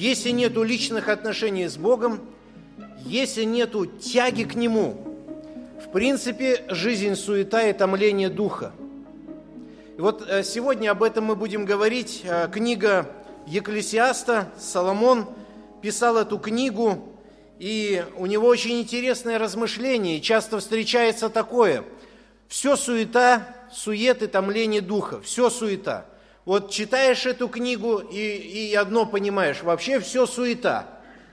Если нету личных отношений с Богом, если нету тяги к Нему, в принципе, жизнь суета и томление духа. И вот сегодня об этом мы будем говорить. Книга Екклесиаста, Соломон писал эту книгу, и у него очень интересное размышление, и часто встречается такое: все суета, сует и томление духа, все суета. Вот читаешь эту книгу и одно понимаешь: вообще все суета.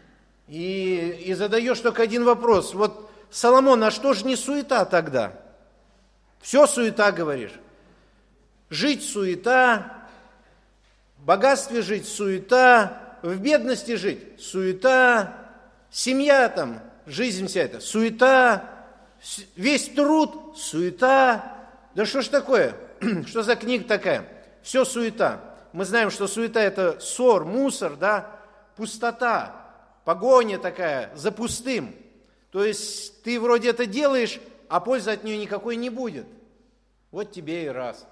И задаешь только один вопрос: вот, Соломон, а что же не суета тогда? Все суета, говоришь. Жить суета, в богатстве жить суета, в бедности жить суета, семья там, жизнь вся эта суета, весь труд суета. Да что ж такое? Что за книга такая? Все суета. Мы знаем, что суета – это ссор, мусор, да, пустота, погоня такая за пустым. То есть ты вроде это делаешь, а пользы от нее никакой не будет. Вот тебе и раз.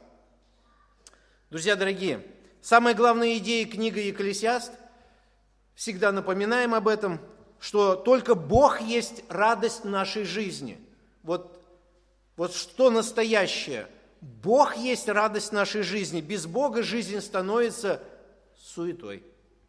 Друзья дорогие, самая главная идея книги Екклесиаст, всегда напоминаем об этом, что только Бог есть радость нашей жизни. Вот что настоящее. Бог есть радость нашей жизни. Без Бога жизнь становится суетой.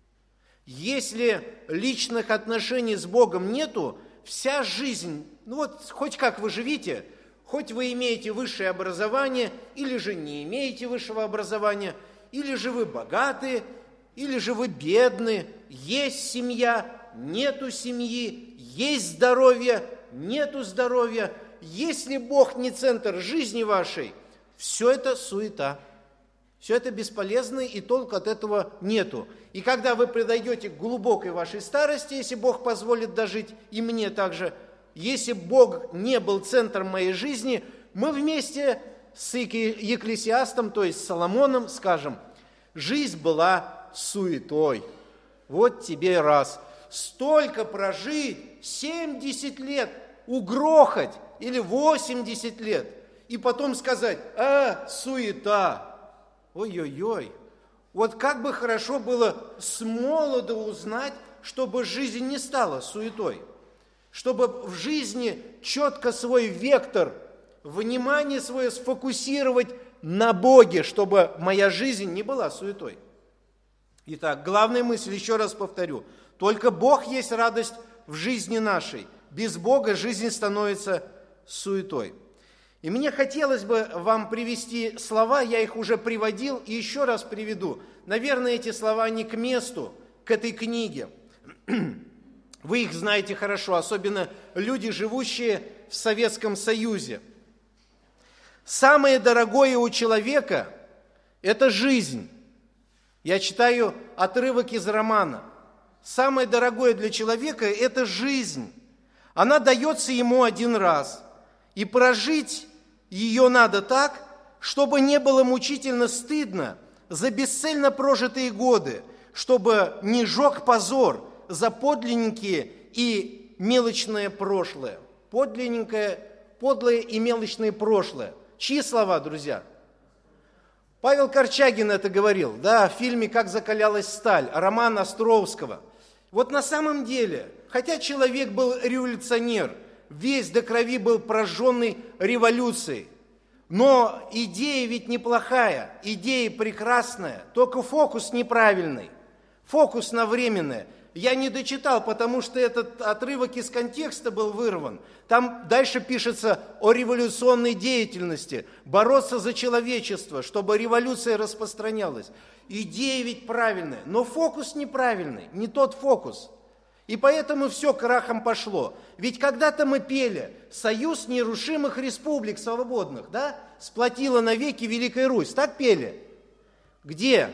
Если личных отношений с Богом нету, вся жизнь, хоть как вы живите, хоть вы имеете высшее образование, или же не имеете высшего образования, или же вы богаты, или же вы бедны, есть семья, нету семьи, есть здоровье, нету здоровья. Если Бог не центр жизни вашей, все это суета, все это бесполезно, и толку от этого нету. И когда вы подойдете к глубокой вашей старости, если Бог позволит дожить, и мне также, если Бог не был центром моей жизни, мы вместе с Екклесиастом, то есть Соломоном, скажем: жизнь была суетой. Вот тебе раз. Столько прожить, 70 лет, угрохать, или 80 лет, и потом сказать: суета. Ой-ой-ой. Вот как бы хорошо было с молоду узнать, чтобы жизнь не стала суетой. Чтобы в жизни четко свой вектор, внимание свое сфокусировать на Боге, чтобы моя жизнь не была суетой. Итак, главная мысль, еще раз повторю: только Бог есть радость в жизни нашей. Без Бога жизнь становится суетой. И мне хотелось бы вам привести слова, я их уже приводил и еще раз приведу. Наверное, эти слова не к месту, к этой книге. Вы их знаете хорошо, особенно люди, живущие в Советском Союзе. Самое дорогое у человека – это жизнь. Я читаю отрывок из романа. Самое дорогое для человека – это жизнь. Она дается ему один раз, и прожить ее надо так, чтобы не было мучительно стыдно за бесцельно прожитые годы, чтобы не жег позор за подлинненькие и мелочное прошлое. Подлинненькое, подлое и мелочное прошлое. Чьи слова, друзья? Павел Корчагин это говорил, да, в фильме «Как закалялась сталь», роман Островского. Вот на самом деле, хотя человек был революционер, весь до крови был прожженный революцией, но идея ведь неплохая, идея прекрасная, только фокус неправильный, фокус на временное. Я не дочитал, потому что этот отрывок из контекста был вырван. Там дальше пишется о революционной деятельности, бороться за человечество, чтобы революция распространялась. Идея ведь правильная, но фокус неправильный, не тот фокус. И поэтому все крахом пошло. Ведь когда-то мы пели «Союз нерушимых республик свободных», да? «Сплотила навеки Великая Русь». Так пели? Где?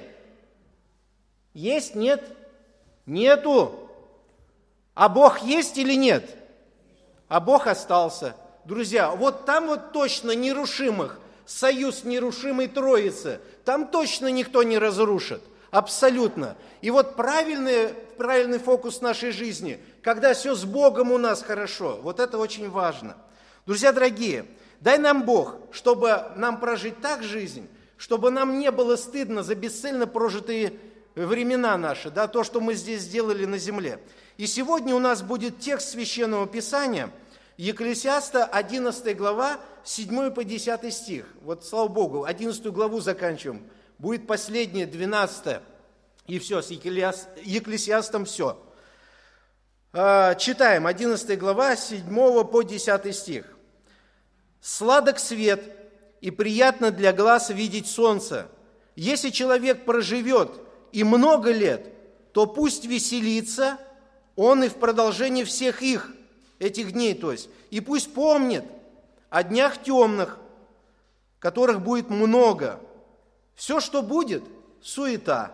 Есть? Нет? Нету. А Бог есть или нет? А Бог остался. Друзья, вот там вот точно нерушимых, союз нерушимой Троицы, там точно никто не разрушит. Абсолютно. И вот правильный фокус нашей жизни, когда все с Богом у нас хорошо, вот это очень важно. Друзья дорогие, дай нам Бог, чтобы нам прожить так жизнь, чтобы нам не было стыдно за бесцельно прожитые времена наши, да, то, что мы здесь сделали на земле. И сегодня у нас будет текст Священного Писания, Екклесиаста, 11 глава, 7 по 10 стих. Вот, слава Богу, 11 главу заканчиваем. Будет последняя, 12. И все, с Екклесиастом все. Читаем, 11 глава, 7 по 10 стих. «Сладок свет, и приятно для глаз видеть солнце. Если человек проживет и много лет, то пусть веселится он и в продолжении всех этих дней, то есть, и пусть помнит о днях темных, которых будет много. Все, что будет, суета».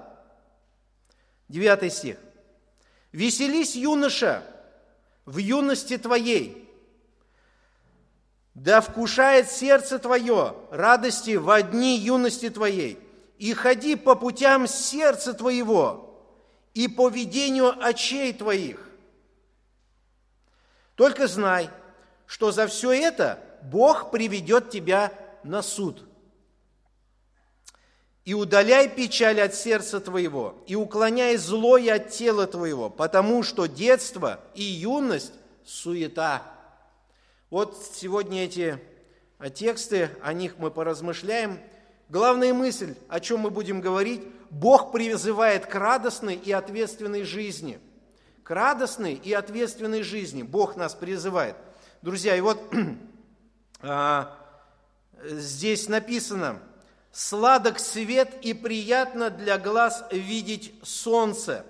9 стих. «Веселись, юноша, в юности твоей, да вкушает сердце твое радости во дни юности твоей, и ходи по путям сердца твоего и по ведению очей твоих. Только знай, что за все это Бог приведет тебя на суд. И удаляй печаль от сердца твоего, и уклоняй злое от тела твоего, потому что детство и юность – суета». Вот сегодня эти тексты, о них мы поразмышляем. Главная мысль, о чем мы будем говорить: Бог призывает к радостной и ответственной жизни. К радостной и ответственной жизни Бог нас призывает. Друзья, и вот здесь написано: «Сладок свет и приятно для глаз видеть солнце».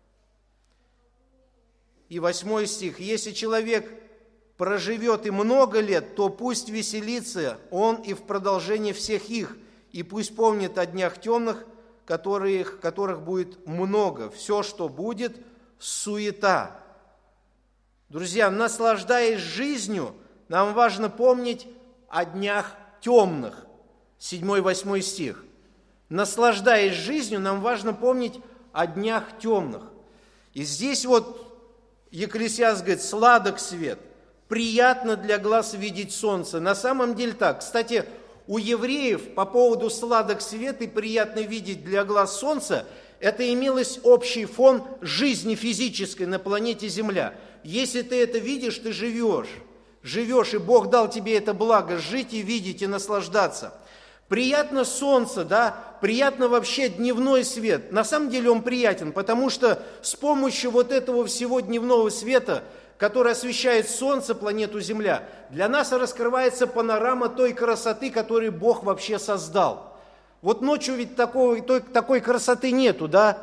И 8 стих. «Если человек проживет и много лет, то пусть веселится он и в продолжении всех их, и пусть помнит о днях темных, которых будет много. Все, что будет, суета». Друзья, наслаждаясь жизнью, нам важно помнить о днях темных. 7-8 стих. Наслаждаясь жизнью, нам важно помнить о днях темных. И здесь вот Екклесиаст говорит: сладок свет, приятно для глаз видеть солнце. На самом деле так. Кстати, у евреев по поводу сладок свет и приятно видеть для глаз солнца, это имелось общий фон жизни физической на планете Земля. Если ты это видишь, ты живешь, и Бог дал тебе это благо жить и видеть и наслаждаться. Приятно солнце, да, приятно вообще дневной свет. На самом деле он приятен, потому что с помощью вот этого всего дневного света, который освещает солнце, планету Земля, для нас раскрывается панорама той красоты, которую Бог вообще создал. Вот ночью ведь такой красоты нету, да,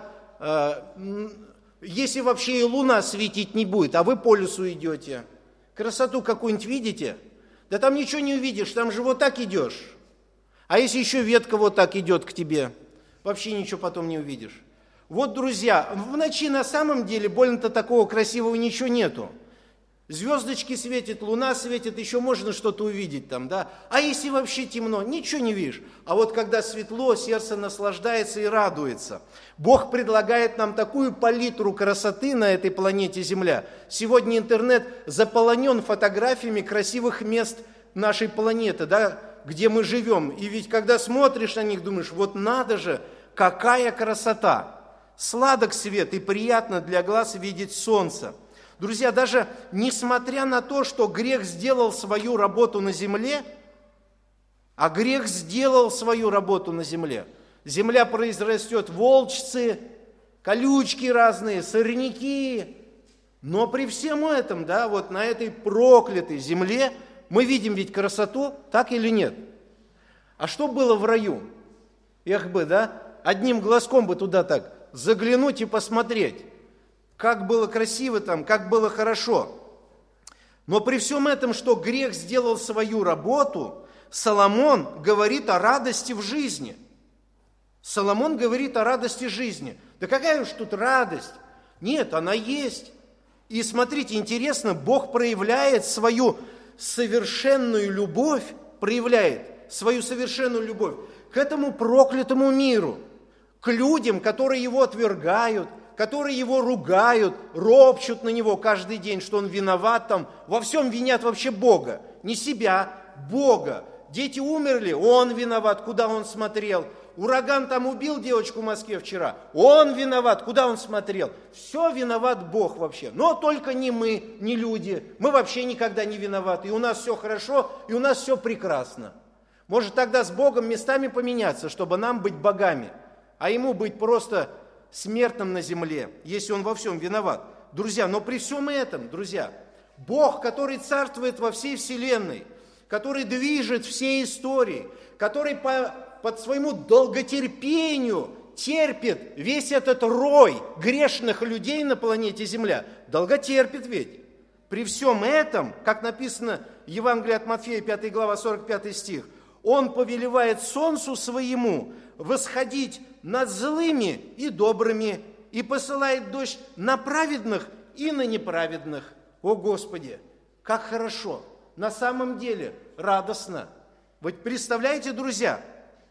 если вообще и луна светить не будет, а вы по лесу идете, красоту какую-нибудь видите? Да там ничего не увидишь, там же вот так идешь. А если еще ветка вот так идет к тебе, вообще ничего потом не увидишь. Вот, друзья, в ночи на самом деле больно-то такого красивого ничего нету. Звездочки светят, луна светит, еще можно что-то увидеть там, да. А если вообще темно, ничего не видишь. А вот когда светло, сердце наслаждается и радуется. Бог предлагает нам такую палитру красоты на этой планете Земля. Сегодня интернет заполонен фотографиями красивых мест нашей планеты, да, где мы живем. И ведь когда смотришь на них, думаешь: вот надо же, какая красота! Сладок свет и приятно для глаз видеть солнце. Друзья, даже несмотря на то, что грех сделал свою работу на земле, а грех сделал свою работу на земле, земля произрастет волчцы, колючки разные, сорняки, но при всем этом, да, вот на этой проклятой земле мы видим ведь красоту, так или нет? А что было в раю? Эх бы, да, одним глазком бы туда так заглянуть и посмотреть, как было красиво там, как было хорошо. Но при всем этом, что грех сделал свою работу, Соломон говорит о радости в жизни. Соломон говорит о радости жизни. Да какая уж тут радость? Нет, она есть. И смотрите, интересно, Бог проявляет свою совершенную любовь, к этому проклятому миру, к людям, которые его отвергают, которые его ругают, ропщут на него каждый день, что он виноват там. Во всем винят вообще Бога, не себя, Бога. Дети умерли, он виноват, куда он смотрел. Ураган там убил девочку в Москве вчера. Он виноват. Куда он смотрел? Все виноват Бог вообще. Но только не мы, не люди. Мы вообще никогда не виноваты. И у нас все хорошо, и у нас все прекрасно. Может тогда с Богом местами поменяться, чтобы нам быть богами, а Ему быть просто смертным на земле, если Он во всем виноват. Друзья, но при всем этом, друзья, Бог, который царствует во всей вселенной, который движет всей историей, который по своему долготерпению терпит весь этот рой грешных людей на планете Земля. Долготерпит ведь. При всем этом, как написано в Евангелии от Матфея, 5 глава, 45 стих, Он повелевает солнцу своему восходить над злыми и добрыми и посылает дождь на праведных и на неправедных. О Господи, как хорошо! На самом деле радостно. Вы представляете, друзья?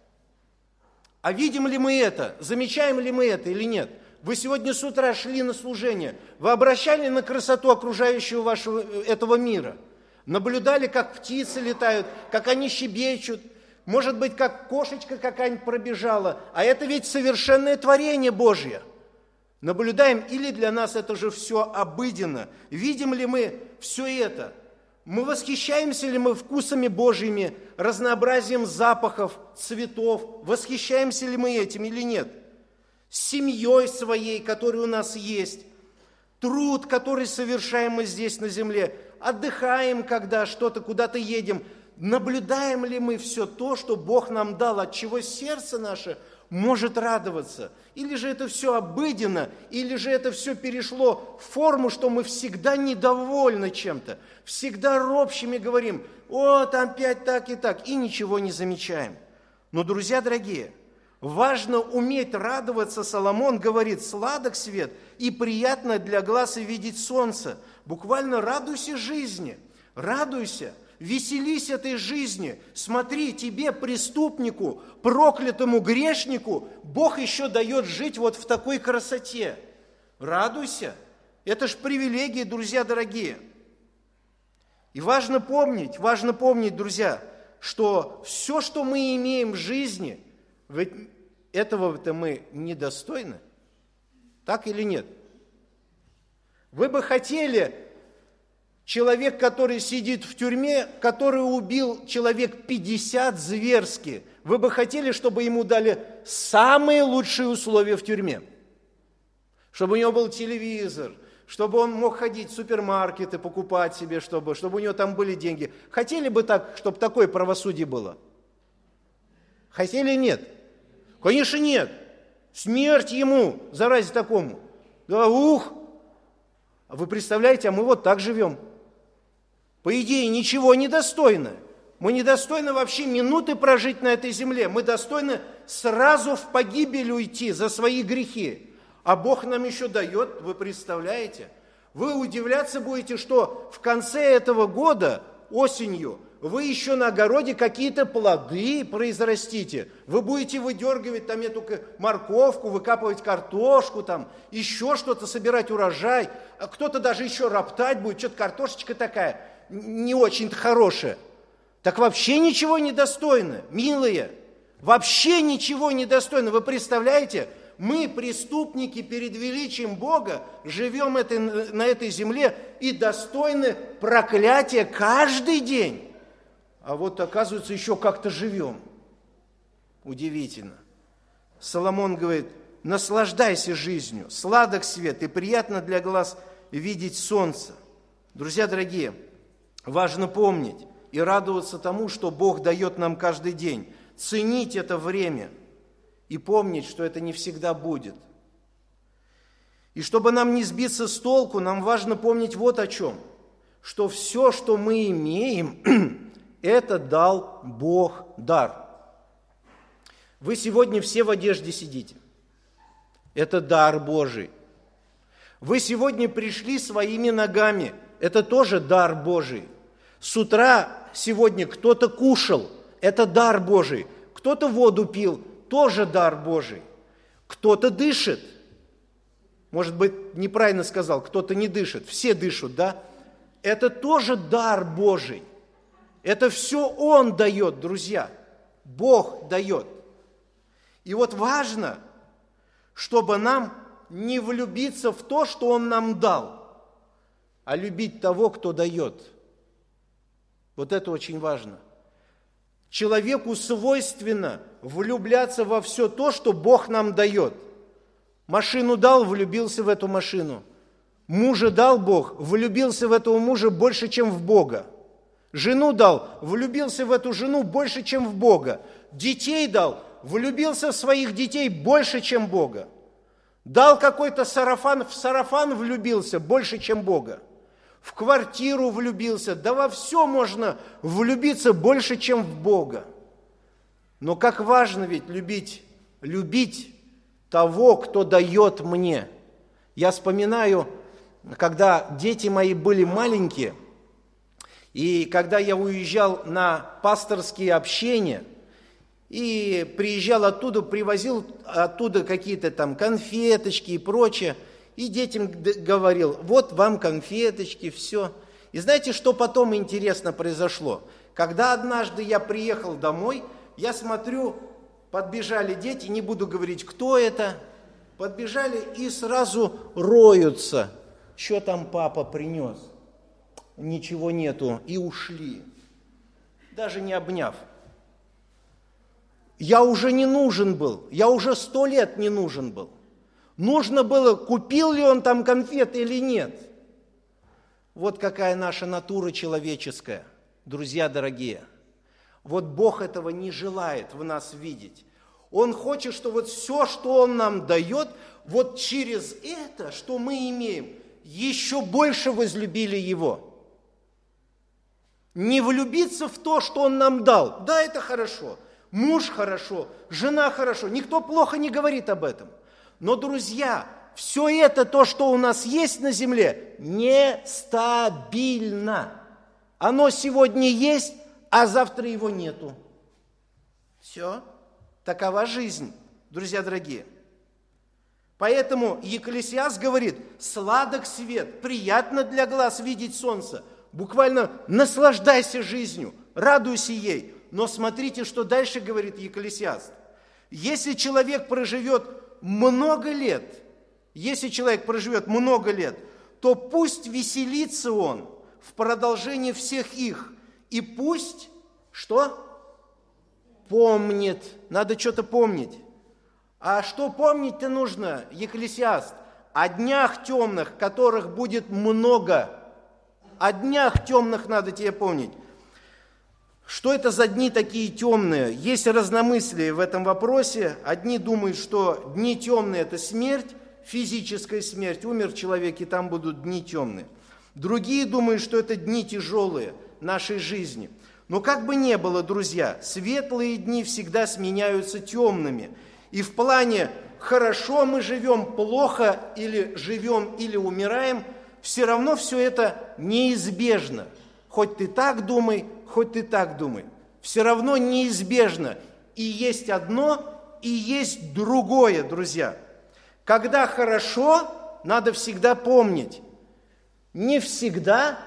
А видим ли мы это? Замечаем ли мы это или нет? Вы сегодня с утра шли на служение. Вы обращали на красоту окружающего вашего этого мира? Наблюдали, как птицы летают, как они щебечут? Может быть, как кошечка какая-нибудь пробежала? А это ведь совершенное творение Божье. Наблюдаем, или для нас это же все обыденно? Видим ли мы все это? Мы восхищаемся ли мы вкусами Божьими, разнообразием запахов, цветов? Восхищаемся ли мы этим или нет? Семьей своей, которая у нас есть, труд, который совершаем мы здесь на земле, отдыхаем, когда что-то, куда-то едем. Наблюдаем ли мы все то, что Бог нам дал, от чего сердце наше может радоваться? Или же это все обыденно, или же это все перешло в форму, что мы всегда недовольны чем-то, всегда ропщими говорим: «О, там опять так, и ничего не замечаем». Но, друзья дорогие, важно уметь радоваться. Соломон говорит: «Сладок свет и приятно для глаз и видеть солнце». Буквально радуйся жизни, радуйся. Веселись этой жизни. Смотри, тебе, преступнику, проклятому грешнику, Бог еще дает жить вот в такой красоте. Радуйся. Это ж привилегии, друзья дорогие. И важно помнить, друзья, что все, что мы имеем в жизни, ведь этого-то мы недостойны. Так или нет? Вы бы хотели... Человек, который сидит в тюрьме, который убил человек 50 зверски, вы бы хотели, чтобы ему дали самые лучшие условия в тюрьме? Чтобы у него был телевизор, чтобы он мог ходить в супермаркеты, покупать себе, чтобы у него там были деньги. Хотели бы так, чтобы такое правосудие было? Хотели или нет? Конечно, нет. Смерть ему, заразе такому. Да, А вы представляете, а мы вот так живем. По идее, ничего не достойны. Мы не достойны вообще минуты прожить на этой земле. Мы достойны сразу в погибель уйти за свои грехи. А Бог нам еще дает, вы представляете? Вы удивляться будете, что в конце этого года, осенью, вы еще на огороде какие-то плоды произрастите. Вы будете выдергивать там эту морковку, выкапывать картошку, там, еще что-то, собирать урожай. А кто-то даже еще роптать будет, что-то картошечка такая не очень-то хорошая. Так вообще ничего не достойно, милые. Вообще ничего не достойно. Вы представляете, мы, преступники, перед величием Бога, живем на этой земле и достойны проклятия каждый день. А вот, оказывается, еще как-то живем. Удивительно. Соломон говорит: наслаждайся жизнью, сладок свет и приятно для глаз видеть солнце. Друзья дорогие, важно помнить и радоваться тому, что Бог дает нам каждый день. Ценить это время и помнить, что это не всегда будет. И чтобы нам не сбиться с толку, нам важно помнить вот о чем. Что все, что мы имеем, это дал Бог дар. Вы сегодня все в одежде сидите. Это дар Божий. Вы сегодня пришли своими ногами. Это тоже дар Божий. С утра сегодня кто-то кушал. Это дар Божий. Кто-то воду пил. Тоже дар Божий. Кто-то дышит. Может быть, неправильно сказал, кто-то не дышит. Все дышат, да? Это тоже дар Божий. Это все Он дает, друзья. Бог дает. И вот важно, чтобы нам не влюбиться в то, что Он нам дал, а любить того, кто дает. Вот это очень важно. Человеку свойственно влюбляться во все то, что Бог нам дает. Машину дал, влюбился в эту машину. Мужа дал Бог, влюбился в этого мужа больше, чем в Бога. Жену дал, влюбился в эту жену больше, чем в Бога. Детей дал, влюбился в своих детей больше, чем Бога. Дал какой-то сарафан, в сарафан влюбился больше, чем Бога. В квартиру влюбился, да во все можно влюбиться больше, чем в Бога. Но как важно ведь любить того, кто дает мне. Я вспоминаю, когда дети мои были маленькие, и когда я уезжал на пасторские общения, и приезжал оттуда, привозил оттуда какие-то там конфеточки и прочее, и детям говорил: вот вам конфеточки, все. И знаете, что потом интересно произошло? Когда однажды я приехал домой, я смотрю, подбежали дети, не буду говорить, кто это, подбежали и сразу роются. Что там папа принес? Ничего нету. И ушли, даже не обняв. Я уже не нужен был, я уже 100 лет не нужен был. Нужно было, купил ли он там конфеты или нет. Вот какая наша натура человеческая, друзья дорогие. Вот Бог этого не желает в нас видеть. Он хочет, что вот все, что Он нам дает, вот через это, что мы имеем, еще больше возлюбили Его. Не влюбиться в то, что Он нам дал. Да, это хорошо. Муж хорошо, жена хорошо. Никто плохо не говорит об этом. Но, друзья, все это, то, что у нас есть на земле, нестабильно. Оно сегодня есть, а завтра его нету. Все. Такова жизнь, друзья дорогие. Поэтому Екклесиаст говорит: сладок свет, приятно для глаз видеть солнце. Буквально наслаждайся жизнью, радуйся ей. Но смотрите, что дальше говорит Екклесиаст. Если человек проживет много лет, то пусть веселится он в продолжении всех их, и пусть, что? Помнит. Надо что-то помнить. А что помнить-то нужно, Екклесиаст? О днях темных, которых будет много. О днях темных надо тебе помнить. Что это за дни такие темные? Есть разномыслие в этом вопросе. Одни думают, что дни темные – это смерть, физическая смерть. Умер человек, и там будут дни темные. Другие думают, что это дни тяжелые нашей жизни. Но как бы ни было, друзья, светлые дни всегда сменяются темными. И в плане «хорошо мы живем», «плохо» или «живем» или «умираем», все равно все это неизбежно. Хоть ты так думай, хоть ты так думай. Все равно неизбежно. И есть одно, и есть другое, друзья. Когда хорошо, надо всегда помнить. Не всегда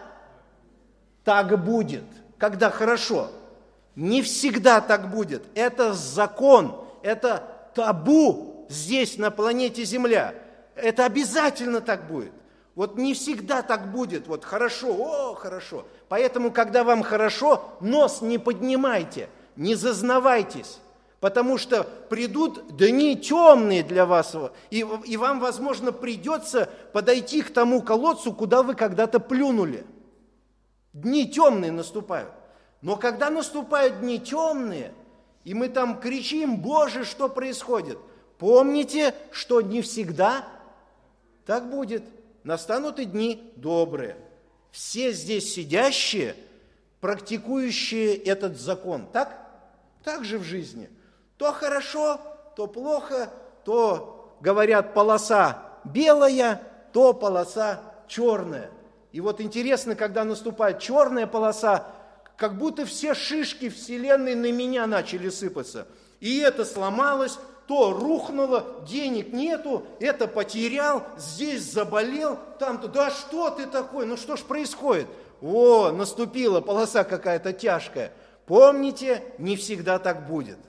так будет, когда хорошо. Не всегда так будет. Это закон, это табу здесь, на планете Земля. Это обязательно так будет. Вот не всегда так будет, вот хорошо, хорошо. Поэтому, когда вам хорошо, нос не поднимайте, не зазнавайтесь, потому что придут дни темные для вас, и вам, возможно, придется подойти к тому колодцу, куда вы когда-то плюнули. Дни темные наступают. Но когда наступают дни темные, и мы там кричим: Боже, что происходит? Помните, что не всегда так будет. Настанут и дни добрые. Все здесь сидящие, практикующие этот закон. Так? Так же в жизни. То хорошо, то плохо, то, говорят, полоса белая, то полоса черная. И вот интересно, когда наступает черная полоса, как будто все шишки вселенной на меня начали сыпаться. И это сломалось, то рухнуло, денег нету, это потерял, здесь заболел, там-то, да что ты такой, ну что ж происходит? Наступила полоса какая-то тяжкая. Помните, не всегда так будет.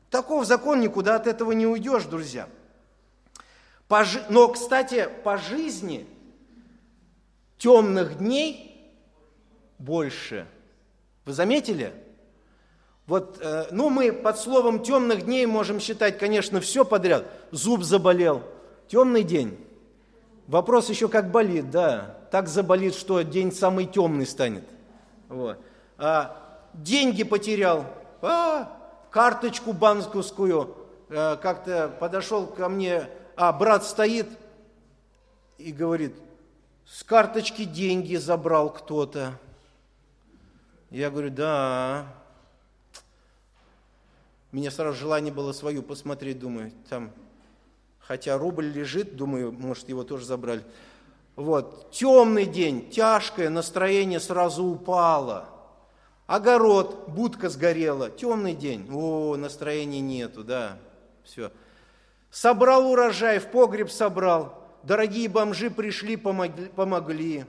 Таков закон, никуда от этого не уйдешь, друзья. Но, кстати, по жизни темных дней больше. Вы заметили? Вот, мы под словом темных дней можем считать, конечно, все подряд. Зуб заболел, темный день. Вопрос еще как болит, да. Так заболит, что день самый темный станет. Вот. Деньги потерял, карточку банковскую, как-то подошел ко мне, брат стоит и говорит, с карточки деньги забрал кто-то. Я говорю, да. Мне сразу желание было свою посмотреть, думаю, там, хотя рубль лежит, думаю, может, его тоже забрали. Вот, темный день, тяжкое, настроение сразу упало. Огород, будка сгорела, темный день, настроения нету, да, все. Собрал урожай, в погреб собрал, дорогие бомжи пришли, помогли.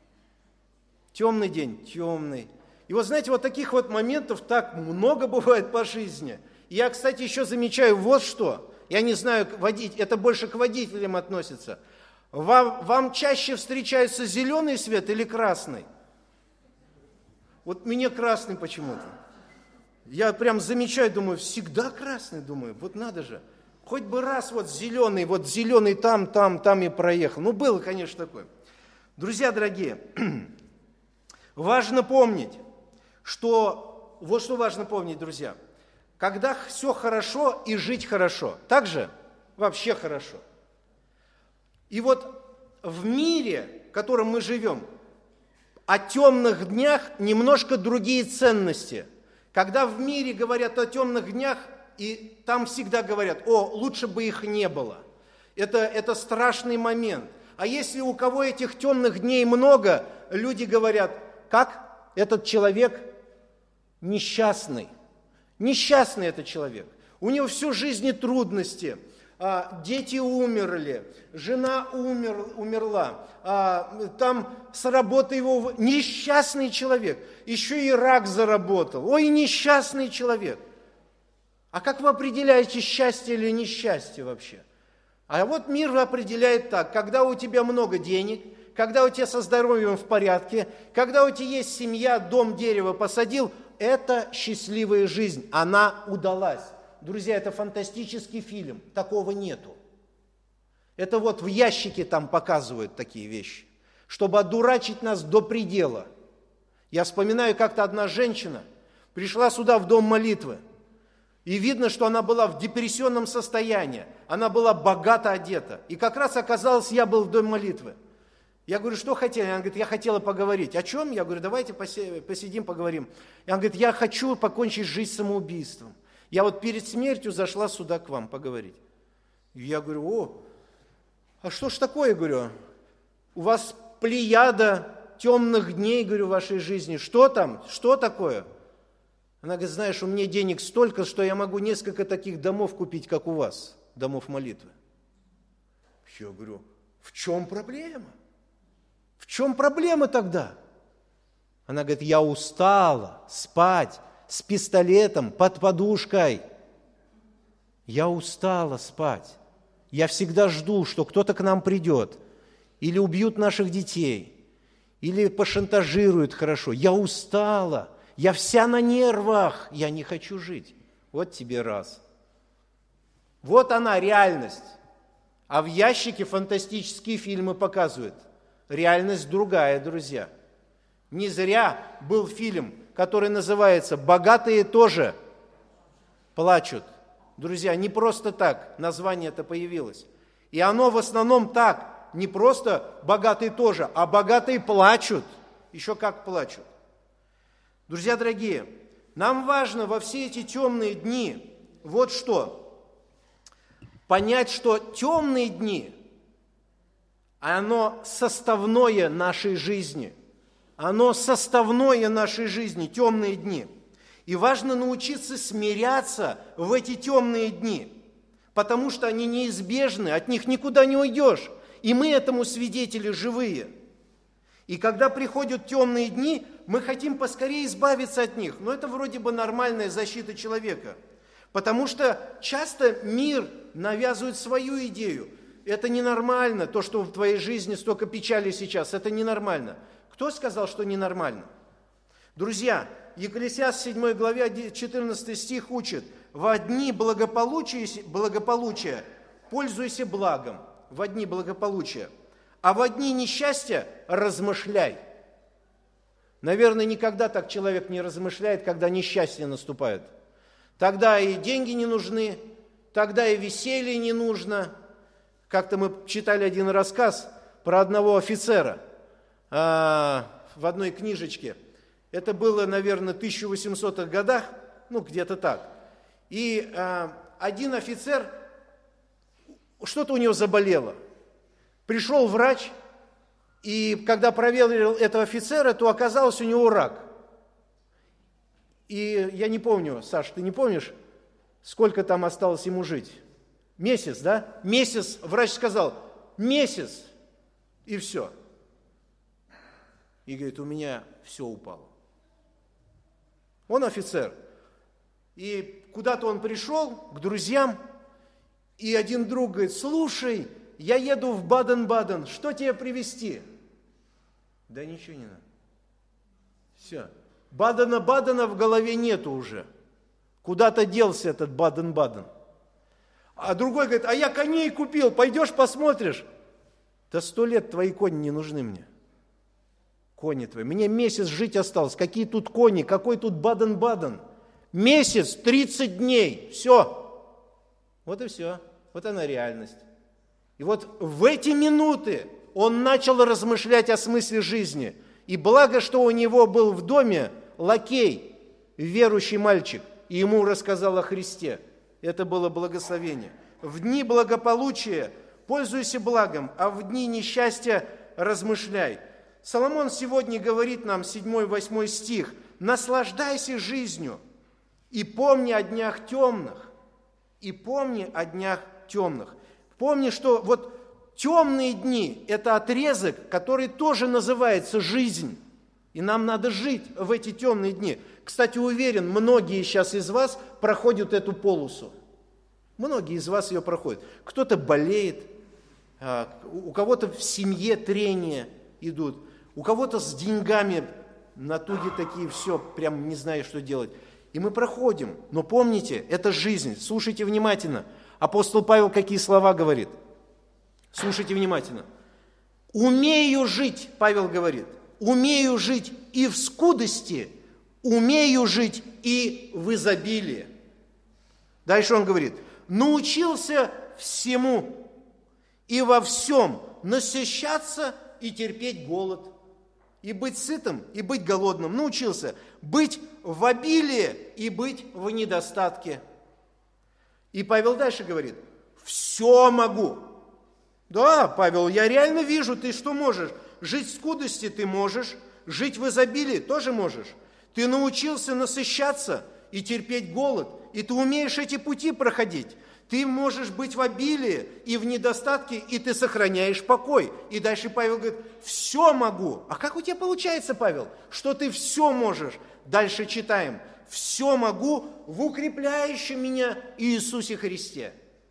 Темный день, темный. И вот знаете, вот таких вот моментов так много бывает по жизни. Я, кстати, еще замечаю вот что. Я не знаю, это больше к водителям относится. Вам чаще встречается зеленый свет или красный? Вот мне красный почему-то. Я прям замечаю, думаю, всегда красный, думаю, вот надо же. Хоть бы раз вот зеленый там и проехал. Было, конечно, такое. Друзья дорогие, важно помнить, что важно помнить, друзья, когда все хорошо и жить хорошо, так же вообще хорошо. И вот в мире, в котором мы живем, о темных днях немножко другие ценности. Когда в мире говорят о темных днях, и там всегда говорят, лучше бы их не было. Это страшный момент. А если у кого этих темных дней много, люди говорят, как этот человек несчастный. Несчастный этот человек. У него всю жизнь трудности. Дети умерли, жена умерла, там с работы его... Несчастный человек. Еще и рак заработал. Ой, несчастный человек. А как вы определяете счастье или несчастье вообще? А вот мир определяет так, когда у тебя много денег, когда у тебя со здоровьем в порядке, когда у тебя есть семья, дом, дерево посадил, это счастливая жизнь, она удалась. Друзья, это фантастический фильм, такого нету. Это вот в ящике там показывают такие вещи, чтобы одурачить нас до предела. Я вспоминаю, как-то одна женщина пришла сюда в дом молитвы, и видно, что она была в депрессионном состоянии, она была богато одета. И как раз оказалось, я был в доме молитвы. Я говорю, что хотели? Она говорит, я хотела поговорить. О чем? Я говорю, давайте посидим, поговорим. И она говорит, я хочу покончить жизнь самоубийством. Я вот перед смертью зашла сюда к вам поговорить. И я говорю, а что ж такое, говорю, у вас плеяда темных дней, говорю, в вашей жизни. Что там? Что такое? Она говорит, знаешь, у меня денег столько, что я могу несколько таких домов купить, как у вас, домов молитвы. Я говорю, в чем проблема? В чем проблема тогда? Она говорит, я устала спать с пистолетом под подушкой. Я устала спать. Я всегда жду, что кто-то к нам придет. Или убьют наших детей. Или пошантажируют хорошо. Я устала. Я вся на нервах. Я не хочу жить. Вот тебе раз. Вот она, реальность. А в ящике фантастические фильмы показывают. Реальность другая, друзья. Не зря был фильм, который называется «Богатые тоже плачут». Друзья, не просто так название это появилось. И оно в основном так, не просто «богатые тоже», а «богатые плачут». Еще как плачут. Друзья дорогие, нам важно во все эти темные дни вот что. Понять, что темные дни, оно составное нашей жизни. Оно составное нашей жизни, темные дни. И важно научиться смиряться в эти темные дни, потому что они неизбежны, от них никуда не уйдешь. И мы этому свидетели живые. И когда приходят темные дни, мы хотим поскорее избавиться от них. Но это вроде бы нормальная защита человека. Потому что часто мир навязывает свою идею. Это ненормально, то, что в твоей жизни столько печали сейчас, это ненормально. Кто сказал, что ненормально? Друзья, Екклесиаст 7 главе 14 стих учит: «Во дни благополучия пользуйся благом, во дни благополучия, а во дни несчастья размышляй». Наверное, никогда так человек не размышляет, когда несчастье наступает. Тогда и деньги не нужны, тогда и веселье не нужно. Как-то мы читали один рассказ про одного офицера в одной книжечке. Это было, наверное, в 1800-х годах, где-то так. И один офицер, что-то у него заболело. Пришел врач, и когда проверил этого офицера, то оказалось у него рак. И я не помню, Саш, ты не помнишь, сколько там осталось ему жить? Месяц, да? Месяц, врач сказал, месяц, и все. И говорит, у меня все упало. Он офицер. И куда-то он пришел к друзьям, и один друг говорит, слушай, я еду в Баден-Баден, что тебе привезти? Да ничего не надо. Все. Бадена-Бадена в голове нету уже. Куда-то делся этот Баден-Баден. А другой говорит, а я коней купил, пойдешь посмотришь? Да 100 лет твои кони не нужны мне. Кони твои. Мне месяц жить осталось. Какие тут кони, какой тут Баден-Баден? Месяц, 30 дней. Все. Вот и все. Вот она реальность. И вот в эти минуты он начал размышлять о смысле жизни. И благо, что у него был в доме лакей, верующий мальчик, и ему рассказал о Христе. Это было благословение. В дни благополучия пользуйся благом, а в дни несчастья размышляй. Соломон сегодня говорит нам, 7-8 стих, наслаждайся жизнью и помни о днях темных. И помни о днях темных. Помни, что вот темные дни – это отрезок, который тоже называется жизнь. И нам надо жить в эти темные дни. Кстати, уверен, многие сейчас из вас проходят эту полосу. Многие из вас ее проходят. Кто-то болеет, у кого-то в семье трения идут, у кого-то с деньгами натуги такие, все, прям не знаю, что делать. И мы проходим. Но помните, это жизнь. Слушайте внимательно. Апостол Павел какие слова говорит? Слушайте внимательно. «Умею жить», Павел говорит, «умею жить и в скудости, умею жить и в изобилии». Дальше он говорит, «научился всему и во всем насыщаться и терпеть голод, и быть сытым, и быть голодным». Научился быть в обилии и быть в недостатке. И Павел дальше говорит, «все могу». Да, Павел, я реально вижу, ты что можешь? Жить в скудости ты можешь, жить в изобилии тоже можешь. Ты научился насыщаться и терпеть голод, и ты умеешь эти пути проходить. Ты можешь быть в обилии и в недостатке, и ты сохраняешь покой. И дальше Павел говорит, все могу. А как у тебя получается, Павел, что ты все можешь? Дальше читаем. Все могу в укрепляющем меня Иисусе Христе.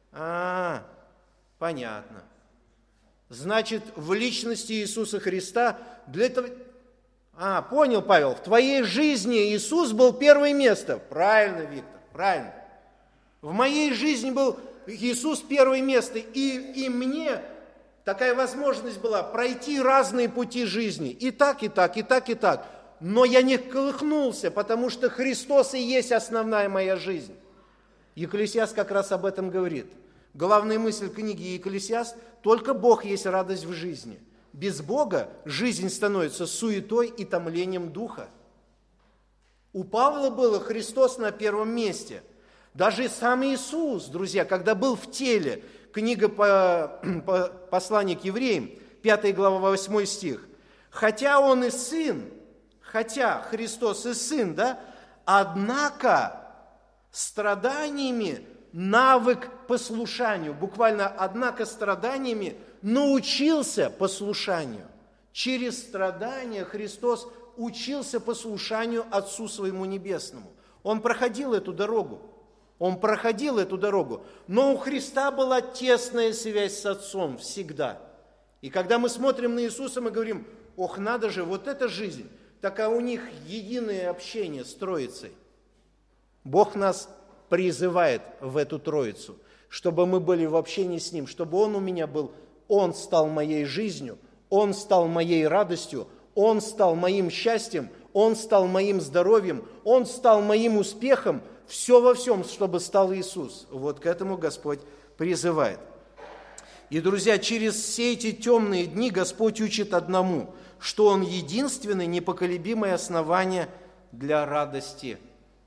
Понятно. Значит, в личности Иисуса Христа для этого... Понял, Павел, в твоей жизни Иисус был первое место. Правильно, Виктор, правильно. В моей жизни был Иисус первое место, и мне такая возможность была пройти разные пути жизни. И так, и так, и так, и так. Но я не колыхнулся, потому что Христос и есть основная моя жизнь. Екклесиаст как раз об этом говорит. Главная мысль книги Екклесиаст – только Бог есть радость в жизни. Без Бога жизнь становится суетой и томлением духа. У Павла было Христос на первом месте. Даже сам Иисус, друзья, когда был в теле, книга послания к евреям, 5 глава, 8 стих, хотя Он и Сын, хотя Христос и Сын, да, однако страданиями навык послушанию, буквально однако страданиями научился послушанию. Через страдания Христос учился послушанию Отцу Своему Небесному. Он проходил эту дорогу. Он проходил эту дорогу. Но у Христа была тесная связь с Отцом всегда. И когда мы смотрим на Иисуса, мы говорим: ох, надо же, вот эта жизнь. Так а у них единое общение с Троицей. Бог нас призывает в эту Троицу, чтобы мы были в общении с Ним, чтобы Он у меня был, Он стал моей жизнью, Он стал моей радостью, Он стал моим счастьем, Он стал моим здоровьем, Он стал моим успехом, все во всем, чтобы стал Иисус. Вот к этому Господь призывает. И, друзья, через все эти темные дни Господь учит одному, что Он единственное непоколебимое основание для радости.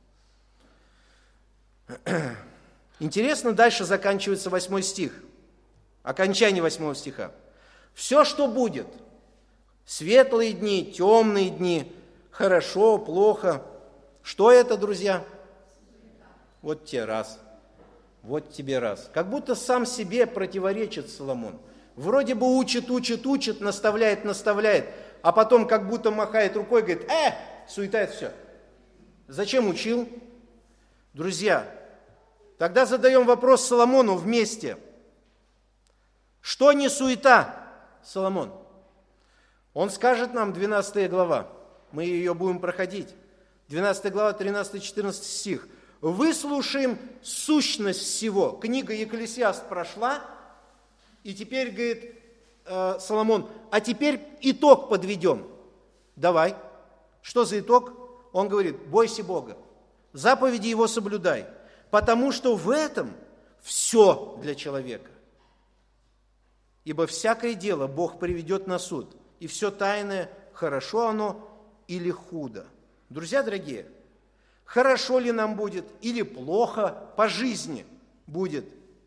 Интересно, дальше заканчивается 8 стих, окончание 8 стиха. Все, что будет, светлые дни, темные дни, хорошо, плохо, что это, друзья? Вот тебе раз, вот тебе раз. Как будто сам себе противоречит Соломон. Вроде бы учит, наставляет, а потом как будто махает рукой, говорит: суетает все. Зачем учил? Друзья, тогда задаем вопрос Соломону вместе. Что не суета, Соломон? Он скажет нам, 12 глава, мы ее будем проходить. 12 глава, 13-14 стих. Выслушаем сущность всего. Книга Екклесиаст прошла, и теперь, говорит Соломон, а теперь итог подведем. Давай. Что за итог? Он говорит: бойся Бога, заповеди Его соблюдай, потому что в этом все для человека. Ибо всякое дело Бог приведет на суд, и все тайное, хорошо оно или худо. Друзья дорогие, хорошо ли нам будет или плохо по жизни будет?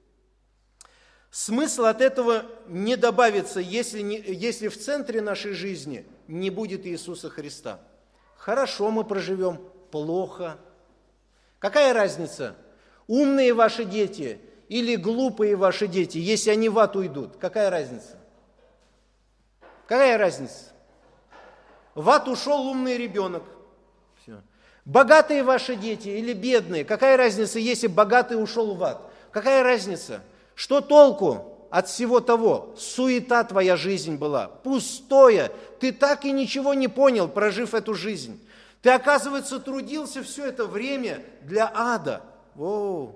Смысл от этого не добавится, если в центре нашей жизни не будет Иисуса Христа. Хорошо мы проживем, плохо. Какая разница? Умные ваши дети или глупые ваши дети, если они в ад уйдут? Какая разница? Какая разница? В ад ушел умный ребенок. Все. Богатые ваши дети или бедные? Какая разница, если богатый ушел в ад? Какая разница? Что толку от всего того? Суета твоя жизнь была, пустое. Ты так и ничего не понял, прожив эту жизнь. Ты, оказывается, трудился все это время для ада. Воу.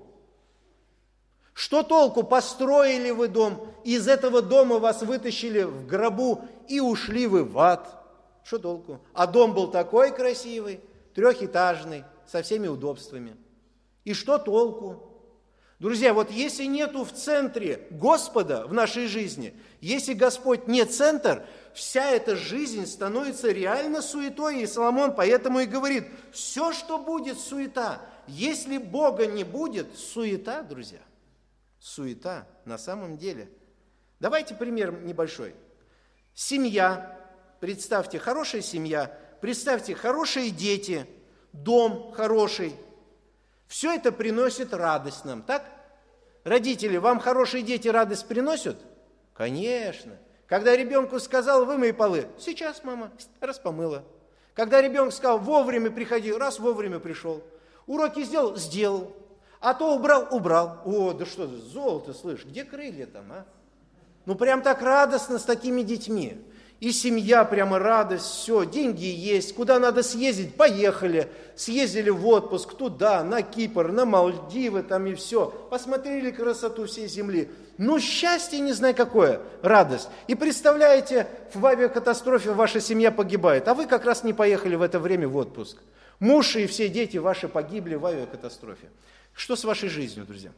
Что толку? Построили вы дом, из этого дома вас вытащили в гробу и ушли вы в ад. Что толку? А дом был такой красивый, трехэтажный, со всеми удобствами. И что толку? Друзья, вот если нету в центре Господа в нашей жизни, если Господь не центр, вся эта жизнь становится реально суетой. И Соломон поэтому и говорит: все, что будет, суета. Если Бога не будет, суета, друзья. Суета на самом деле. Давайте пример небольшой. Семья, представьте, хорошая семья, представьте, хорошие дети, дом хороший. Все это приносит радость нам, так? Родители, вам хорошие дети радость приносят? Конечно. Когда ребенку сказал: вымой полы, сейчас, мама, раз помыла. Когда ребенок сказал: вовремя приходи, раз вовремя пришел. Уроки сделал. А то убрал. О, да что, золото, слышь, где крылья там, а? Ну, прям так радостно с такими детьми. И семья прямо радость, все, деньги есть, куда надо съездить, поехали. Съездили в отпуск туда, на Кипр, на Мальдивы там и все. Посмотрели красоту всей земли. Ну, счастье не знаю какое, радость. И представляете, в авиакатастрофе ваша семья погибает, а вы как раз не поехали в это время в отпуск. Муж и все дети ваши погибли в авиакатастрофе. Что с вашей жизнью, друзья?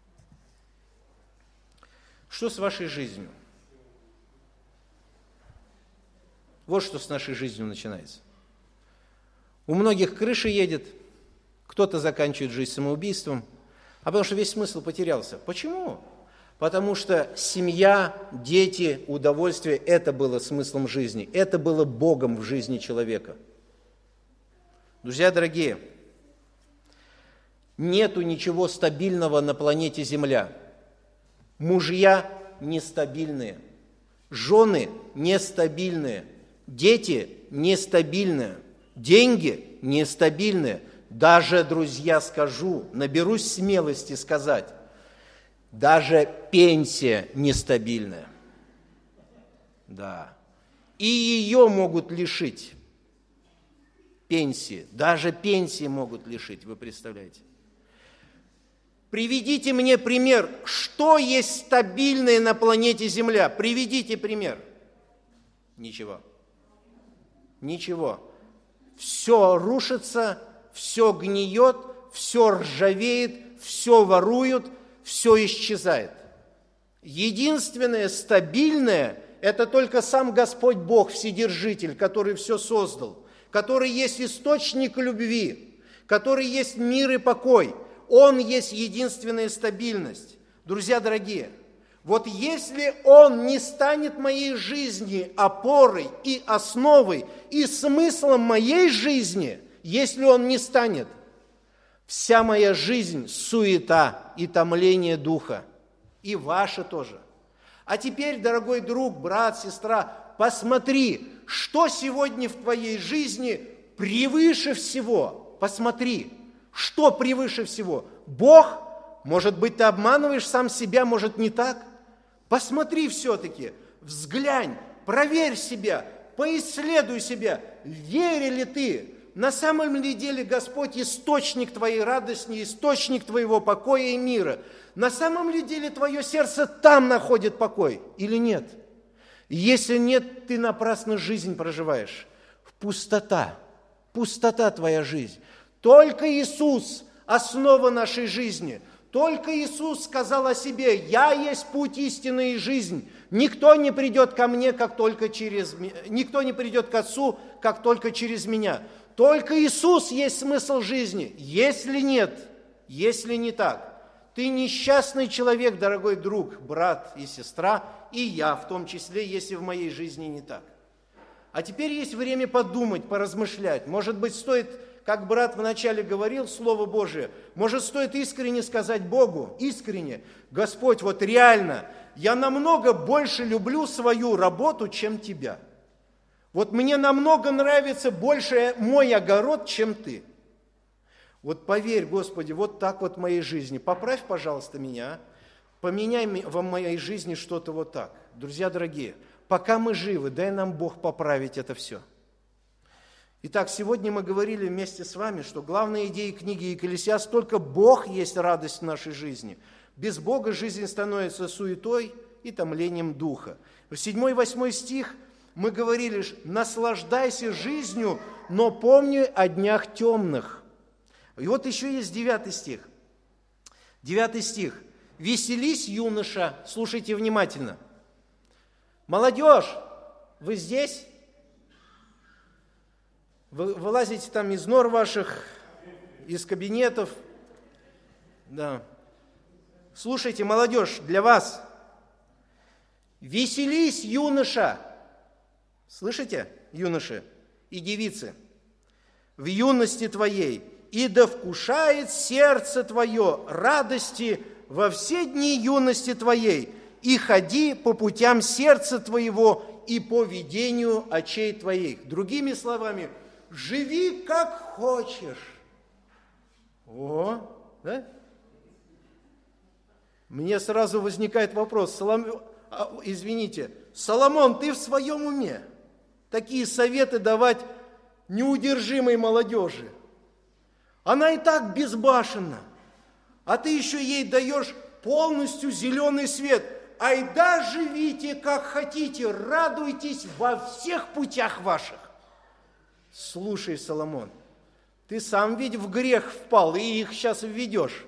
Что с вашей жизнью? Вот что с нашей жизнью начинается. У многих крыша едет, кто-то заканчивает жизнь самоубийством, а потому что весь смысл потерялся. Почему? Потому что семья, дети, удовольствие – это было смыслом жизни, это было Богом в жизни человека. Друзья дорогие, нету ничего стабильного на планете Земля. Мужья нестабильные, жены нестабильные, дети нестабильные, деньги нестабильные, Даже, друзья, скажу, наберусь смелости сказать, даже пенсия нестабильная. Да. И ее могут лишить. Пенсии. Даже пенсии могут лишить, вы представляете? Приведите мне пример, что есть стабильное на планете Земля. Приведите пример. Ничего. Ничего. Все рушится, все гниет, все ржавеет, все воруют, все исчезает. Единственное стабильное – это только сам Господь Бог, Вседержитель, который все создал, который есть источник любви, который есть мир и покой. Он есть единственная стабильность. Друзья дорогие, вот если Он не станет моей жизни опорой и основой, и смыслом моей жизни, если Он не станет, вся моя жизнь – суета и томление духа, и ваша тоже. А теперь, дорогой друг, брат, сестра, посмотри, что сегодня в твоей жизни превыше всего. Посмотри, что превыше всего. Бог? Может быть, ты обманываешь сам себя, может, не так? Посмотри все-таки, взглянь, проверь себя, поисследуй себя. Веришь ли ты? На самом ли деле Господь источник твоей радости, источник твоего покоя и мира? На самом ли деле твое сердце там находит покой или нет? Если нет, ты напрасно жизнь проживаешь. Пустота твоя жизнь. Только Иисус – основа нашей жизни. Только Иисус сказал о себе: «Я есть путь, истина и жизнь. Никто не придет ко мне, никто не придет к Отцу, как только через меня». Только Иисус есть смысл жизни. Если нет, если не так, ты несчастный человек, дорогой друг, брат и сестра, и я в том числе, если в моей жизни не так. А теперь есть время подумать, поразмышлять. Может быть, стоит, как брат вначале говорил, Слово Божие, может, стоит искренне сказать Богу, искренне: Господь, вот реально, я намного больше люблю свою работу, чем Тебя. Вот мне намного нравится больше мой огород, чем Ты. Вот поверь, Господи, вот так вот в моей жизни. Поправь, пожалуйста, меня, поменяй в моей жизни что-то вот так. Друзья дорогие, пока мы живы, дай нам Бог поправить это все. Итак, сегодня мы говорили вместе с вами, что главная идея книги Екклесиаст – только Бог есть радость в нашей жизни. Без Бога жизнь становится суетой и томлением духа. В 7-8 стих мы говорили: наслаждайся жизнью, но помни о днях темных. И вот еще есть 9 стих. 9 стих. «Веселись, юноша». Слушайте внимательно. Молодежь, вы здесь? Вы вылазите там из нор ваших, из кабинетов. Да. Слушайте, молодежь, для вас. «Веселись, юноша». Слышите, юноши и девицы? «В юности твоей, и да вкушает сердце твое радости во все дни юности твоей, и ходи по путям сердца твоего и по видению очей твоих». Другими словами, живи как хочешь. О, да? Мне сразу возникает вопрос: Соломон, ты в своем уме? Такие советы давать неудержимой молодежи. Она и так безбашенна, а ты еще ей даешь полностью зеленый свет. Айда живите, как хотите, радуйтесь во всех путях ваших. Слушай, Соломон, ты сам ведь в грех впал, и их сейчас введешь.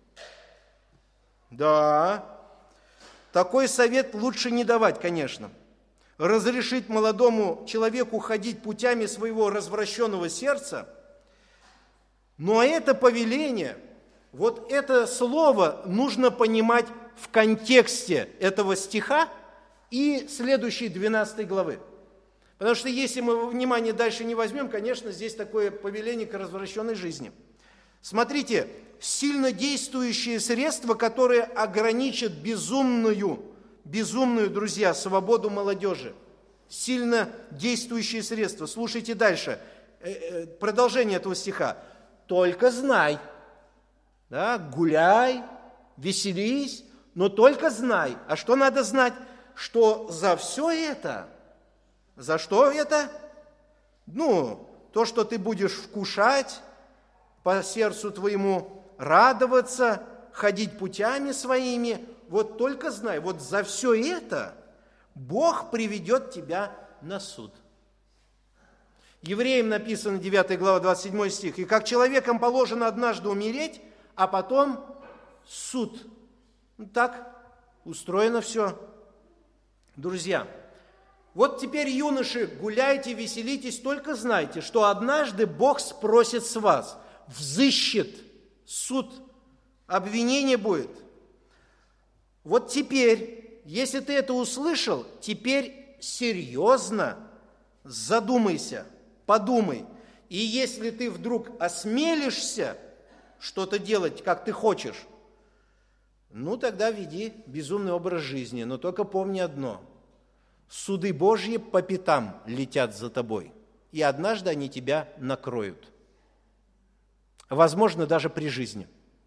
Да, такой совет лучше не давать, конечно. Разрешить молодому человеку ходить путями своего развращенного сердца. Но это повеление, вот это слово нужно понимать в контексте этого стиха и следующей 12 главы. Потому что если мы внимание дальше не возьмем, конечно, здесь такое повеление к развращенной жизни. Смотрите, сильно действующие средства, которые ограничат безумную, друзья, свободу молодежи. Сильно действующие средства. Слушайте дальше, продолжение этого стиха. только знай. Да, гуляй, веселись, но только знай. А что надо знать? Что за все это, за что это? То, что ты будешь вкушать, по сердцу твоему радоваться, ходить путями своими, вот только знай, вот за все это Бог приведет тебя на суд. Евреям написано, 9 глава, 27 стих, «И как человекам положено однажды умереть, а потом суд». Так устроено все. Друзья, вот теперь, юноши, гуляйте, веселитесь, только знайте, что однажды Бог спросит с вас, взыщет суд, обвинение будет. Вот теперь, если ты это услышал, теперь серьезно задумайся, подумай. И если ты вдруг осмелишься что-то делать, как ты хочешь, тогда веди безумный образ жизни. Но только помни одно. Суды Божьи по пятам летят за тобой. И однажды они тебя накроют. Возможно, даже при жизни.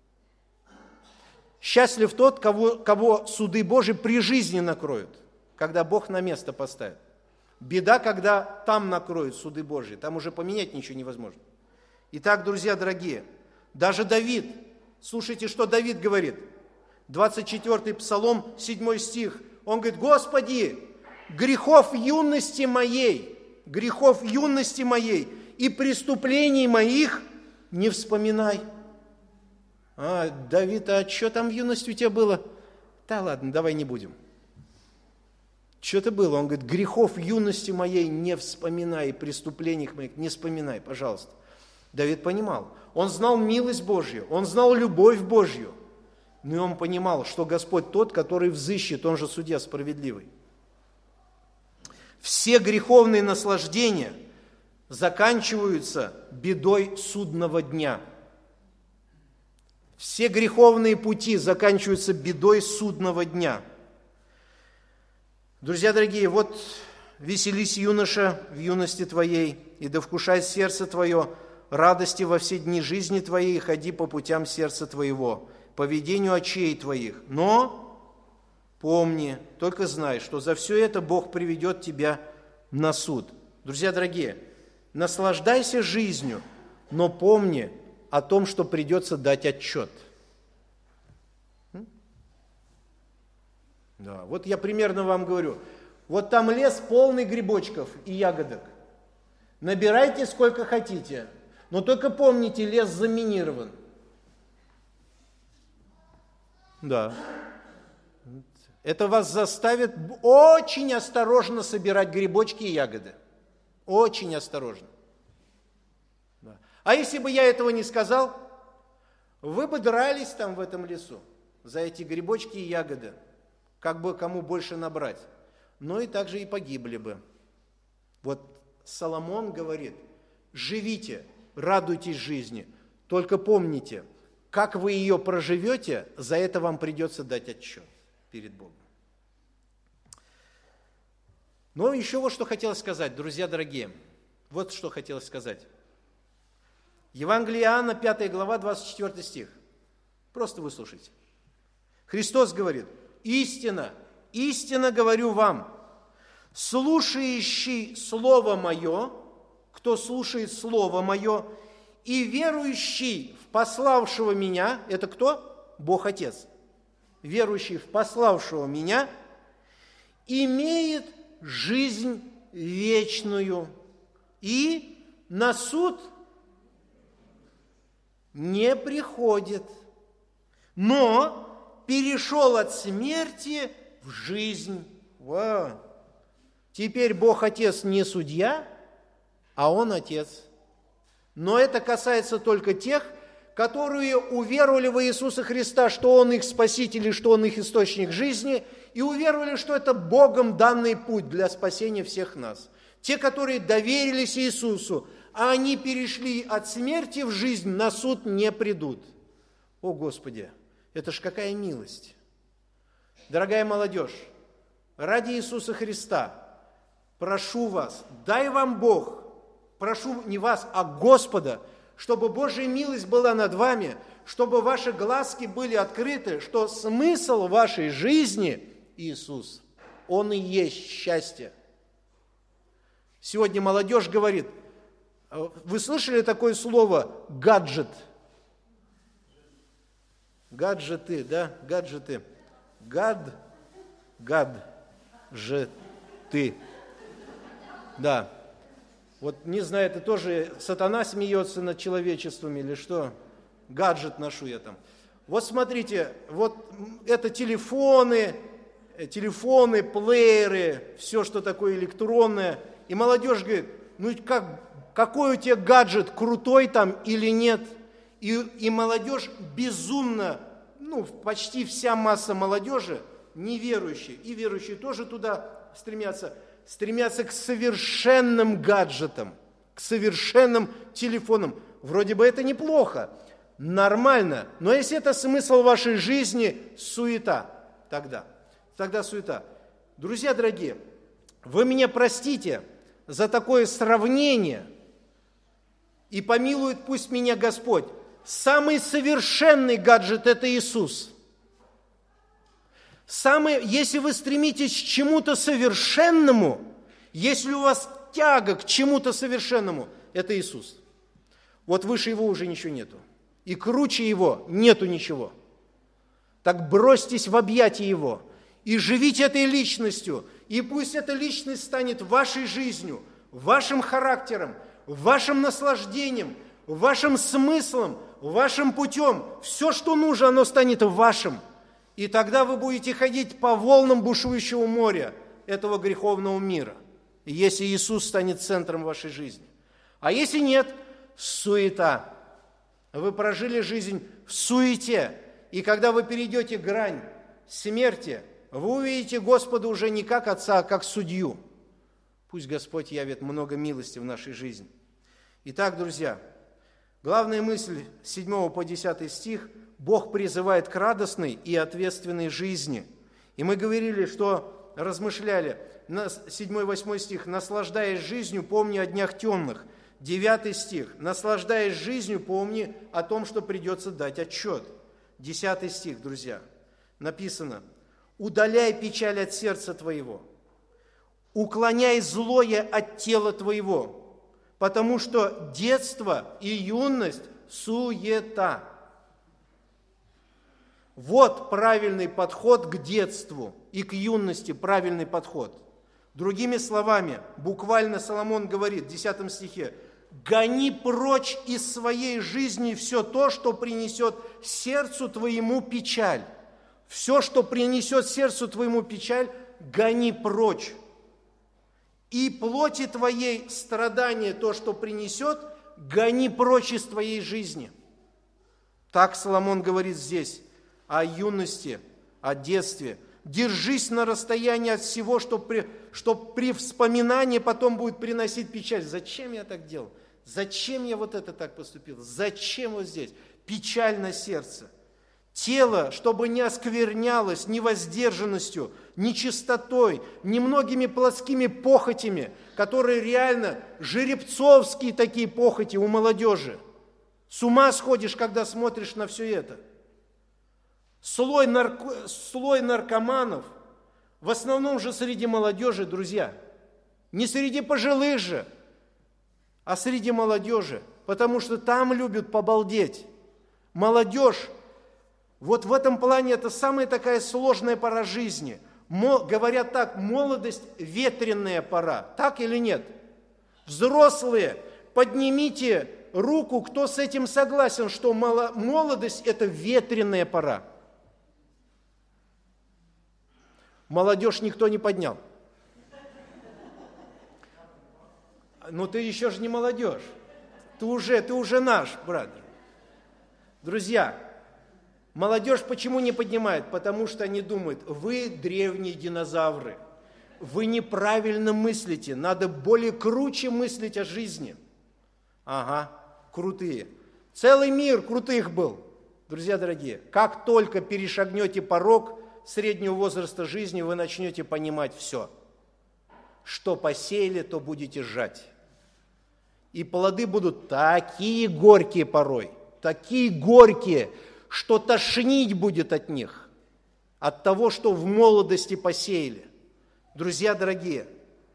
Счастлив тот, кого суды Божьи при жизни накроют, когда Бог на место поставит. Беда, когда там накроют суды Божьи, там уже поменять ничего невозможно. Итак, друзья дорогие, даже Давид, слушайте, что Давид говорит. 24-й Псалом, 7 стих. Он говорит: «Господи, грехов юности моей и преступлений моих не вспоминай». Давид, а что там в юности у тебя было? Да ладно, давай не будем. Что-то было. Он говорит: грехов юности моей не вспоминай, и преступлений моих не вспоминай, пожалуйста. Давид понимал. Он знал милость Божью, он знал любовь Божью. Но он понимал, что Господь тот, который взыщет, он же судья справедливый. Все греховные наслаждения заканчиваются бедой судного дня. Все греховные пути заканчиваются бедой судного дня. Друзья дорогие, вот веселись, юноша, в юности твоей, и да вкушай сердце твое радости во все дни жизни твоей, и ходи по путям сердца твоего, по ведению очей твоих. Но помни, только знай, что за все это Бог приведет тебя на суд. Друзья дорогие, наслаждайся жизнью, но помни о том, что придется дать отчет. Да, вот я примерно вам говорю. Вот там лес полный грибочков и ягодок. Набирайте сколько хотите, но только помните, лес заминирован. Да. Это вас заставит очень осторожно собирать грибочки и ягоды. Очень осторожно. Да. А если бы я этого не сказал, вы бы дрались там в этом лесу за эти грибочки и ягоды, как бы кому больше набрать. Но и также и погибли бы. Вот Соломон говорит: живите, радуйтесь жизни, только помните, как вы ее проживете, за это вам придется дать отчет перед Богом. Но еще вот что хотелось сказать, друзья дорогие. Вот что хотелось сказать. Евангелие Иоанна, 5 глава, 24 стих. Просто выслушайте. Христос говорит: истина, истинно говорю вам, слушающий Слово Мое, кто слушает Слово Мое, и верующий в пославшего Меня, это кто? Бог Отец. Верующий в пославшего Меня имеет жизнь вечную и на суд не приходит, но перешел от смерти в жизнь. Вау. Теперь Бог Отец не судья, а Он Отец. Но это касается только тех, которые уверовали в Иисуса Христа, что Он их Спаситель и что Он их источник жизни, и уверовали, что это Богом данный путь для спасения всех нас. Те, которые доверились Иисусу, а они перешли от смерти в жизнь, на суд не придут. О, Господи, это ж какая милость! Дорогая молодежь, ради Иисуса Христа прошу вас, дай вам Бог, прошу не вас, а Господа, чтобы Божья милость была над вами, чтобы ваши глазки были открыты, что смысл вашей жизни – Иисус. Он и есть счастье. Сегодня молодежь говорит, вы слышали такое слово «гаджет»? Гаджеты, да? Гаджеты. Гаджеты. Да. Вот не знаю, это тоже сатана смеется над человечеством или что? Гаджет ношу я там. Вот смотрите, вот это телефоны, плееры, все, что такое электронное. И молодежь говорит, ну какой у тебя гаджет, крутой там или нет? И молодежь безумно, почти вся масса молодежи неверующие, и верующие тоже туда стремятся к совершенным гаджетам, к совершенным телефонам. Вроде бы это неплохо, нормально, но если это смысл вашей жизни, суета тогда суета. Друзья дорогие, вы меня простите за такое сравнение, и помилует пусть меня Господь. Самый совершенный гаджет – это Иисус. Если вы стремитесь к чему-то совершенному, если у вас тяга к чему-то совершенному, это Иисус. Вот выше Его уже ничего нету. И круче Его нету ничего. Так бросьтесь в объятия Его и живите этой личностью. И пусть эта личность станет вашей жизнью, вашим характером, вашим наслаждением, вашим смыслом, вашим путем. Все, что нужно, оно станет вашим. И тогда вы будете ходить по волнам бушующего моря этого греховного мира, если Иисус станет центром вашей жизни. А если нет, суета. Вы прожили жизнь в суете. И когда вы перейдете грань смерти, вы увидите Господа уже не как Отца, а как судью. Пусть Господь явит много милости в нашей жизни. Итак, друзья, главная мысль с 7 по 10 стих – Бог призывает к радостной и ответственной жизни. И мы говорили, размышляли, 7-8 стих, «Наслаждаясь жизнью, помни о днях темных». 9 стих, «Наслаждаясь жизнью, помни о том, что придется дать отчет». 10 стих, друзья, написано, «Удаляй печаль от сердца твоего, уклоняй злое от тела твоего, потому что детство и юность – суета». Вот правильный подход к детству и к юности, правильный подход. Другими словами, буквально Соломон говорит в 10 стихе, «Гони прочь из своей жизни все то, что принесет сердцу твоему печаль». Все, что принесет сердцу твоему печаль, гони прочь. И плоти твоей страдания, то, что принесет, гони прочь из твоей жизни. Так Соломон говорит здесь о юности, о детстве. Держись на расстоянии от всего, что при вспоминании потом будет приносить печаль. Зачем я так делал? Зачем я вот это так поступил? Зачем вот здесь? Печаль на сердце. Тело, чтобы не осквернялось ни воздержанностью, ни чистотой, ни многими плотскими похотями, которые реально жеребцовские такие похоти у молодежи. С ума сходишь, когда смотришь на все это. Слой наркоманов, в основном же среди молодежи, друзья, не среди пожилых же, а среди молодежи, потому что там любят побалдеть. Молодежь, вот в этом плане это самая такая сложная пора жизни. Говорят так, молодость – ветреная пора, так или нет? Взрослые, поднимите руку, кто с этим согласен, что молодость – это ветреная пора. Молодежь никто не поднял. Но ты еще же не молодежь. Ты уже наш, брат. Друзья, молодежь почему не поднимает? Потому что они думают, вы древние динозавры. Вы неправильно мыслите. Надо более круче мыслить о жизни. Ага, крутые. Целый мир крутых был. Друзья дорогие, как только перешагнете порог среднего возраста жизни, вы начнете понимать все. Что посеяли, то будете жать. И плоды будут такие горькие порой, такие горькие, что тошнить будет от них, от того, что в молодости посеяли. Друзья дорогие,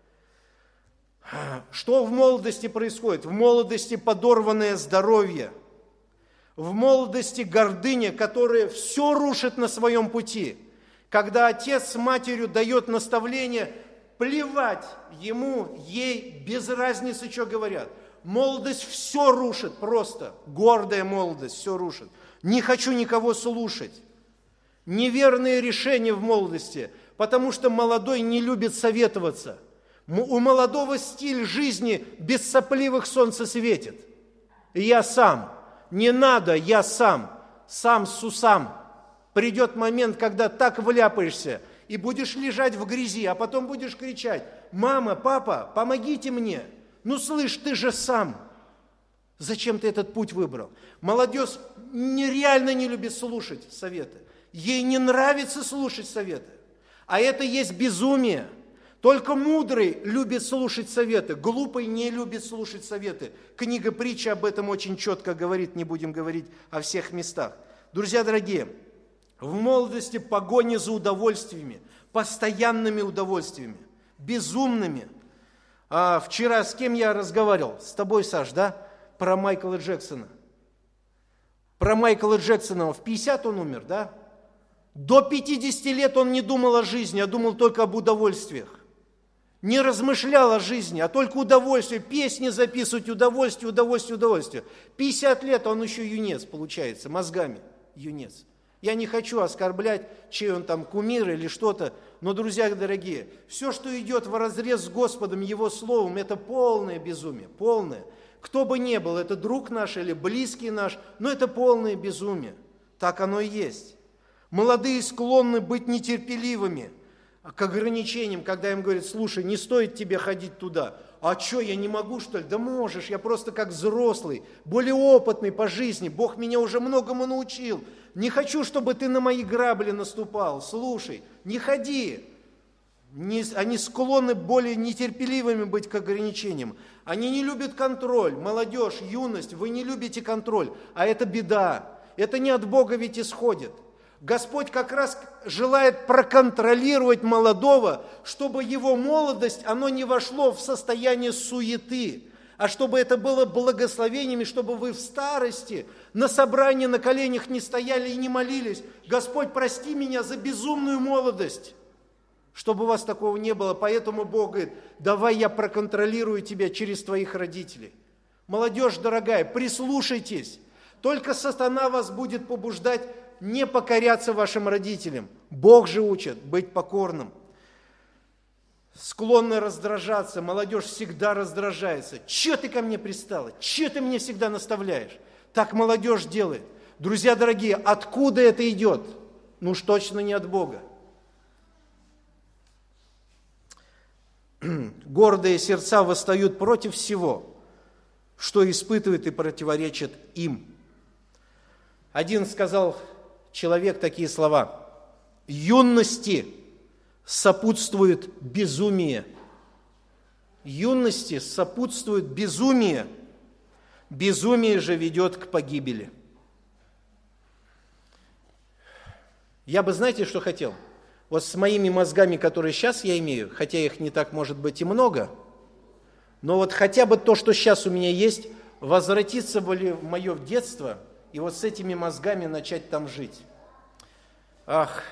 что в молодости происходит? В молодости подорванное здоровье, в молодости гордыня, которая все рушит на своем пути. Когда отец с матерью дает наставление, плевать ему, ей, без разницы, что говорят. Молодость все рушит просто, гордая молодость все рушит. Не хочу никого слушать. Неверные решения в молодости, потому что молодой не любит советоваться. У молодого стиль жизни без сопливых солнце светит. И я сам. Не надо, я сам. Сам с усам. Придет момент, когда так вляпаешься, и будешь лежать в грязи, а потом будешь кричать: «Мама, папа, помогите мне!» Ну, слышь, ты же сам. Зачем ты этот путь выбрал? Молодежь нереально не любит слушать советы. Ей не нравится слушать советы. А это есть безумие. Только мудрый любит слушать советы, глупый не любит слушать советы. Книга Притчи об этом очень четко говорит, не будем говорить о всех местах. Друзья дорогие, в молодости погони за удовольствиями, постоянными удовольствиями, безумными. Вчера с кем я разговаривал? С тобой, Саш, да? Про Майкла Джексона. Про Майкла Джексона. В 50 он умер, да? До 50 лет он не думал о жизни, а думал только об удовольствиях. Не размышлял о жизни, а только удовольствие. Песни записывать, удовольствие, удовольствие, удовольствие. 50 лет, а он еще юнец, получается, мозгами юнец. Я не хочу оскорблять, чей он там кумир или что-то, но, друзья дорогие, все, что идет вразрез с Господом, Его Словом, это полное безумие, полное. Кто бы ни был, это друг наш или близкий наш, но это полное безумие. Так оно и есть. Молодые склонны быть нетерпеливыми к ограничениям, когда им говорят: слушай, не стоит тебе ходить туда. А что, я не могу, что ли? Да можешь, я просто как взрослый, более опытный по жизни, Бог меня уже многому научил. Не хочу, чтобы ты на мои грабли наступал, слушай, не ходи. Они склонны более нетерпеливыми быть к ограничениям. Они не любят контроль. Молодежь, юность, вы не любите контроль, а это беда. Это не от Бога ведь исходит. Господь как раз желает проконтролировать молодого, чтобы его молодость, оно не вошло в состояние суеты, а чтобы это было благословениями, чтобы вы в старости на собрании на коленях не стояли и не молились: Господь, прости меня за безумную молодость, чтобы у вас такого не было. Поэтому Бог говорит: давай я проконтролирую тебя через твоих родителей. Молодежь дорогая, прислушайтесь, только сатана вас будет побуждать не покоряться вашим родителям. Бог же учит быть покорным. Склонны раздражаться. Молодежь всегда раздражается. Че ты ко мне пристала? Че ты мне всегда наставляешь? Так молодежь делает. Друзья дорогие, откуда это идет? Ну уж точно не от Бога. Гордые сердца восстают против всего, что испытывает и противоречит им. Один сказал человек такие слова: юности сопутствует безумие. Юности сопутствует безумие. Безумие же ведет к погибели. Я бы, знаете, что хотел? Вот с моими мозгами, которые сейчас я имею, хотя их не так, может быть, и много, но вот хотя бы то, что сейчас у меня есть, возвратиться были в мое детство и вот с этими мозгами начать там жить. Ах,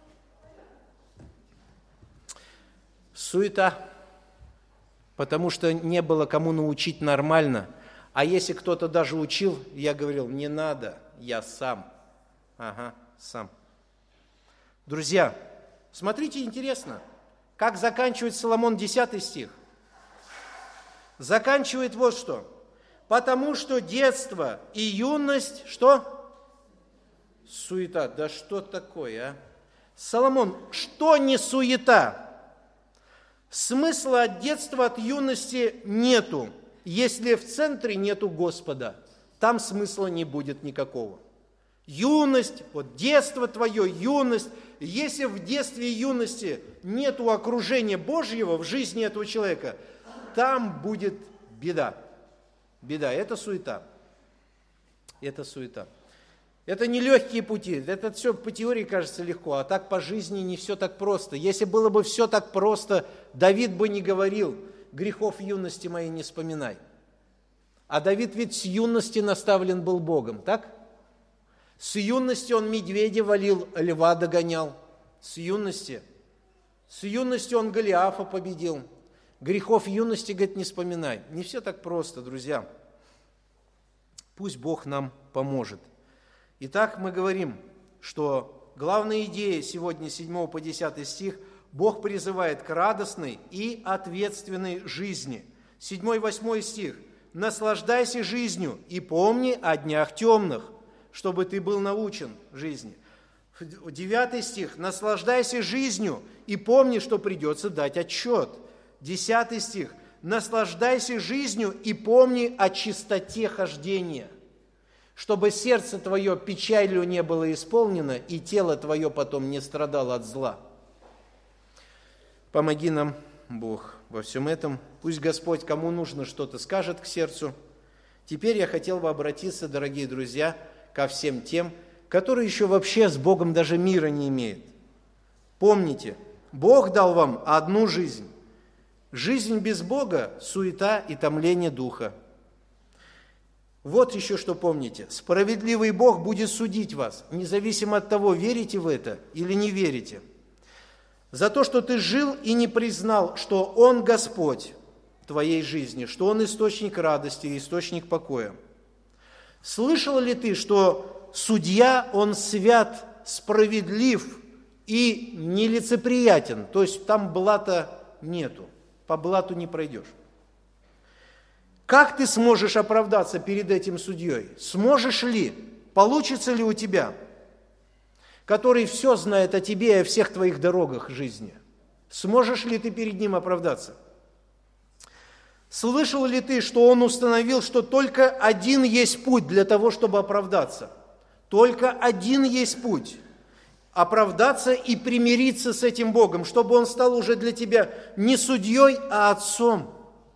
суета, потому что не было кому научить нормально. А если кто-то даже учил, я говорил: не надо, я сам. Ага, сам. Друзья, смотрите, интересно, как заканчивает Соломон 10 стих. Заканчивает вот что: потому что детство и юность, что? Суета. Да что такое, а? Соломон, что не суета? Смысла от детства, от юности нету, если в центре нету Господа. Там смысла не будет никакого. Юность, вот детство твое, юность. Если в детстве и юности нету окружения Божьего в жизни этого человека, там будет беда. Беда, это суета. Это суета. Это не легкие пути, это все по теории кажется легко, а так по жизни не все так просто. Если было бы все так просто, Давид бы не говорил: грехов юности моей не вспоминай. А Давид ведь с юности наставлен был Богом, так? С юности он медведя валил, льва догонял. С юности он Голиафа победил. Грехов юности, говорит, не вспоминай. Не все так просто, друзья. Пусть Бог нам поможет. Итак, мы говорим, что главная идея сегодня, 7 по 10 стих, Бог призывает к радостной и ответственной жизни. 7-8 стих. «Наслаждайся жизнью и помни о днях темных, чтобы ты был научен жизни». 9 стих. «Наслаждайся жизнью и помни, что придется дать отчет». 10 стих. «Наслаждайся жизнью и помни о чистоте хождения, чтобы сердце твое печалью не было исполнено, и тело твое потом не страдало от зла». Помоги нам, Бог, во всем этом. Пусть Господь, кому нужно, что-то скажет к сердцу. Теперь я хотел бы обратиться, дорогие друзья, ко всем тем, которые еще вообще с Богом даже мира не имеют. Помните, Бог дал вам одну жизнь. Жизнь без Бога – суета и томление духа. Вот еще что помните. Справедливый Бог будет судить вас, независимо от того, верите в это или не верите. За то, что ты жил и не признал, что Он Господь твоей жизни, что Он источник радости и источник покоя. Слышал ли ты, что судья, он свят, справедлив и нелицеприятен? То есть там блата нету, по блату не пройдешь. Как ты сможешь оправдаться перед этим судьей? Сможешь ли? Получится ли у тебя? Который все знает о тебе и о всех твоих дорогах жизни. Сможешь ли ты перед ним оправдаться? Слышал ли ты, что он установил, что только один есть путь для того, чтобы оправдаться? Только один есть путь. Оправдаться и примириться с этим Богом, чтобы Он стал уже для тебя не судьей, а отцом.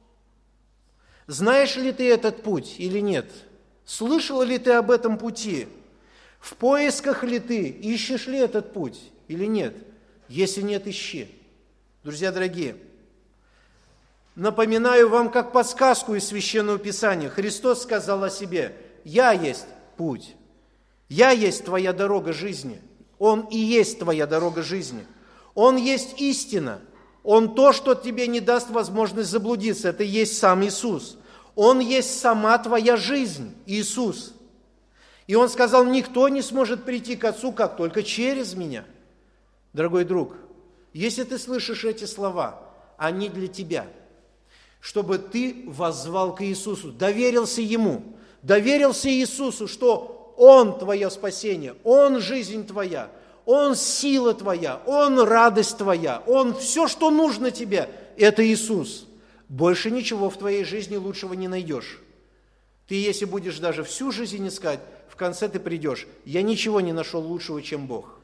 Знаешь ли ты этот путь или нет? Слышал ли ты об этом пути? В поисках ли ты? Ищешь ли этот путь или нет? Если нет, ищи. Друзья дорогие, напоминаю вам как подсказку из Священного Писания. Христос сказал о себе: «Я есть путь, Я есть твоя дорога жизни». Он и есть твоя дорога жизни. Он есть истина. Он то, что тебе не даст возможность заблудиться. Это есть сам Иисус. Он есть сама твоя жизнь, Иисус. И Он сказал: никто не сможет прийти к Отцу, как только через Меня. Дорогой друг, если ты слышишь эти слова, они для тебя, чтобы ты воззвал к Иисусу, доверился Ему, доверился Иисусу, что Он твое спасение, Он жизнь твоя, Он сила твоя, Он радость твоя, Он все, что нужно тебе, это Иисус. Больше ничего в твоей жизни лучшего не найдешь. Ты, если будешь даже всю жизнь искать, в конце ты придешь: я ничего не нашел лучшего, чем Бог.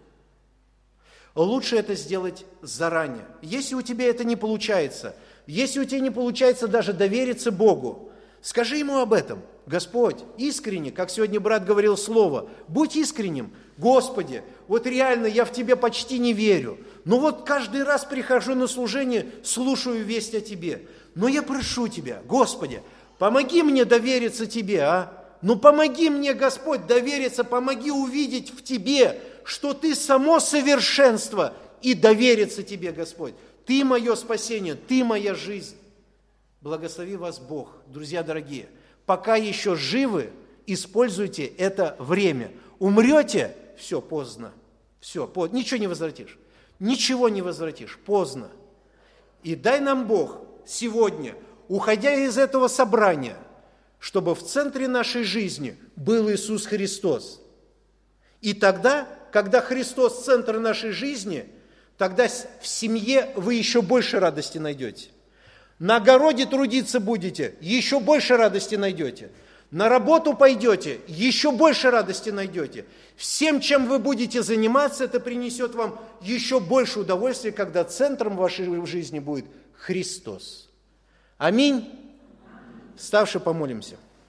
Лучше это сделать заранее. Если у тебя это не получается, если у тебя не получается даже довериться Богу, скажи Ему об этом. Господь, искренне, как сегодня брат говорил слово, будь искренним. Господи, вот реально я в Тебя почти не верю, но вот каждый раз прихожу на служение, слушаю весть о Тебе. Но я прошу Тебя, Господи, помоги мне довериться Тебе, а? Ну помоги мне, Господь, довериться, помоги увидеть в Тебе, что Ты само совершенство, и довериться Тебе, Господь. Ты мое спасение, Ты моя жизнь. Благослови вас Бог, друзья дорогие. Пока еще живы, используйте это время. Умрете, все, поздно. Все, ничего не возвратишь. Ничего не возвратишь, поздно. И дай нам Бог сегодня, уходя из этого собрания, чтобы в центре нашей жизни был Иисус Христос. И тогда, когда Христос – центр нашей жизни, тогда в семье вы еще больше радости найдете. На огороде трудиться будете, еще больше радости найдете. На работу пойдете, еще больше радости найдете. Всем, чем вы будете заниматься, это принесет вам еще больше удовольствия, когда центром вашей жизни будет Христос. Аминь. Вставши, помолимся.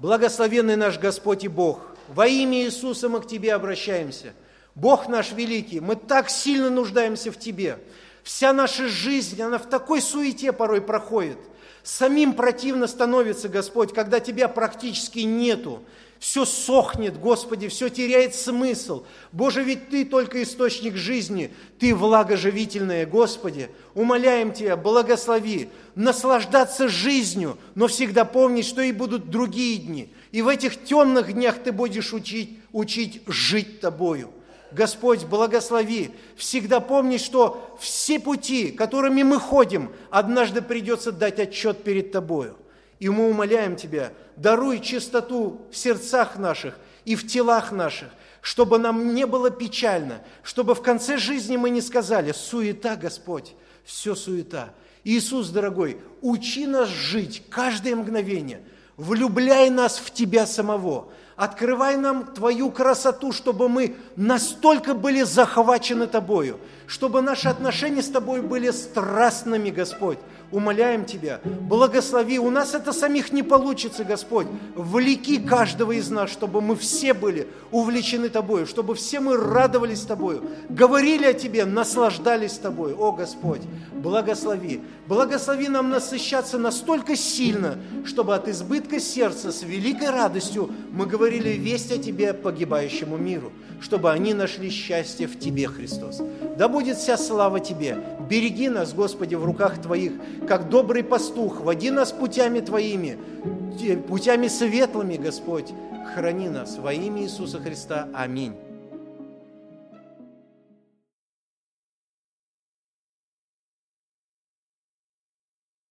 Благословенный наш Господь и Бог, во имя Иисуса мы к Тебе обращаемся. Бог наш великий, мы так сильно нуждаемся в Тебе. Вся наша жизнь, она в такой суете порой проходит. Самим противно становится, Господь, когда Тебя практически нету. Все сохнет, Господи, все теряет смысл. Боже, ведь Ты только источник жизни, Ты влагоживительная, Господи. Умоляем Тебя, благослови, наслаждаться жизнью, но всегда помнить, что и будут другие дни. И в этих темных днях Ты будешь учить жить Тобою. Господь, благослови, всегда помнить, что все пути, которыми мы ходим, однажды придется дать отчет перед Тобою. И мы умоляем Тебя, даруй чистоту в сердцах наших и в телах наших, чтобы нам не было печально, чтобы в конце жизни мы не сказали: суета, Господь, все суета. Иисус, дорогой, учи нас жить каждое мгновение, влюбляй нас в Тебя самого, открывай нам Твою красоту, чтобы мы настолько были захвачены Тобою, чтобы наши отношения с Тобой были страстными, Господь. Умоляем Тебя, благослови. У нас это самих не получится, Господь. Влеки каждого из нас, чтобы мы все были увлечены Тобою, чтобы все мы радовались Тобою, говорили о Тебе, наслаждались Тобой. О, Господь, благослови. Благослови нам насыщаться настолько сильно, чтобы от избытка сердца с великой радостью мы говорили весть о Тебе погибающему миру, чтобы они нашли счастье в Тебе, Христос. Да будет вся слава Тебе. Береги нас, Господи, в руках Твоих, как добрый пастух. Води нас путями Твоими, путями светлыми, Господь. Храни нас во имя Иисуса Христа. Аминь.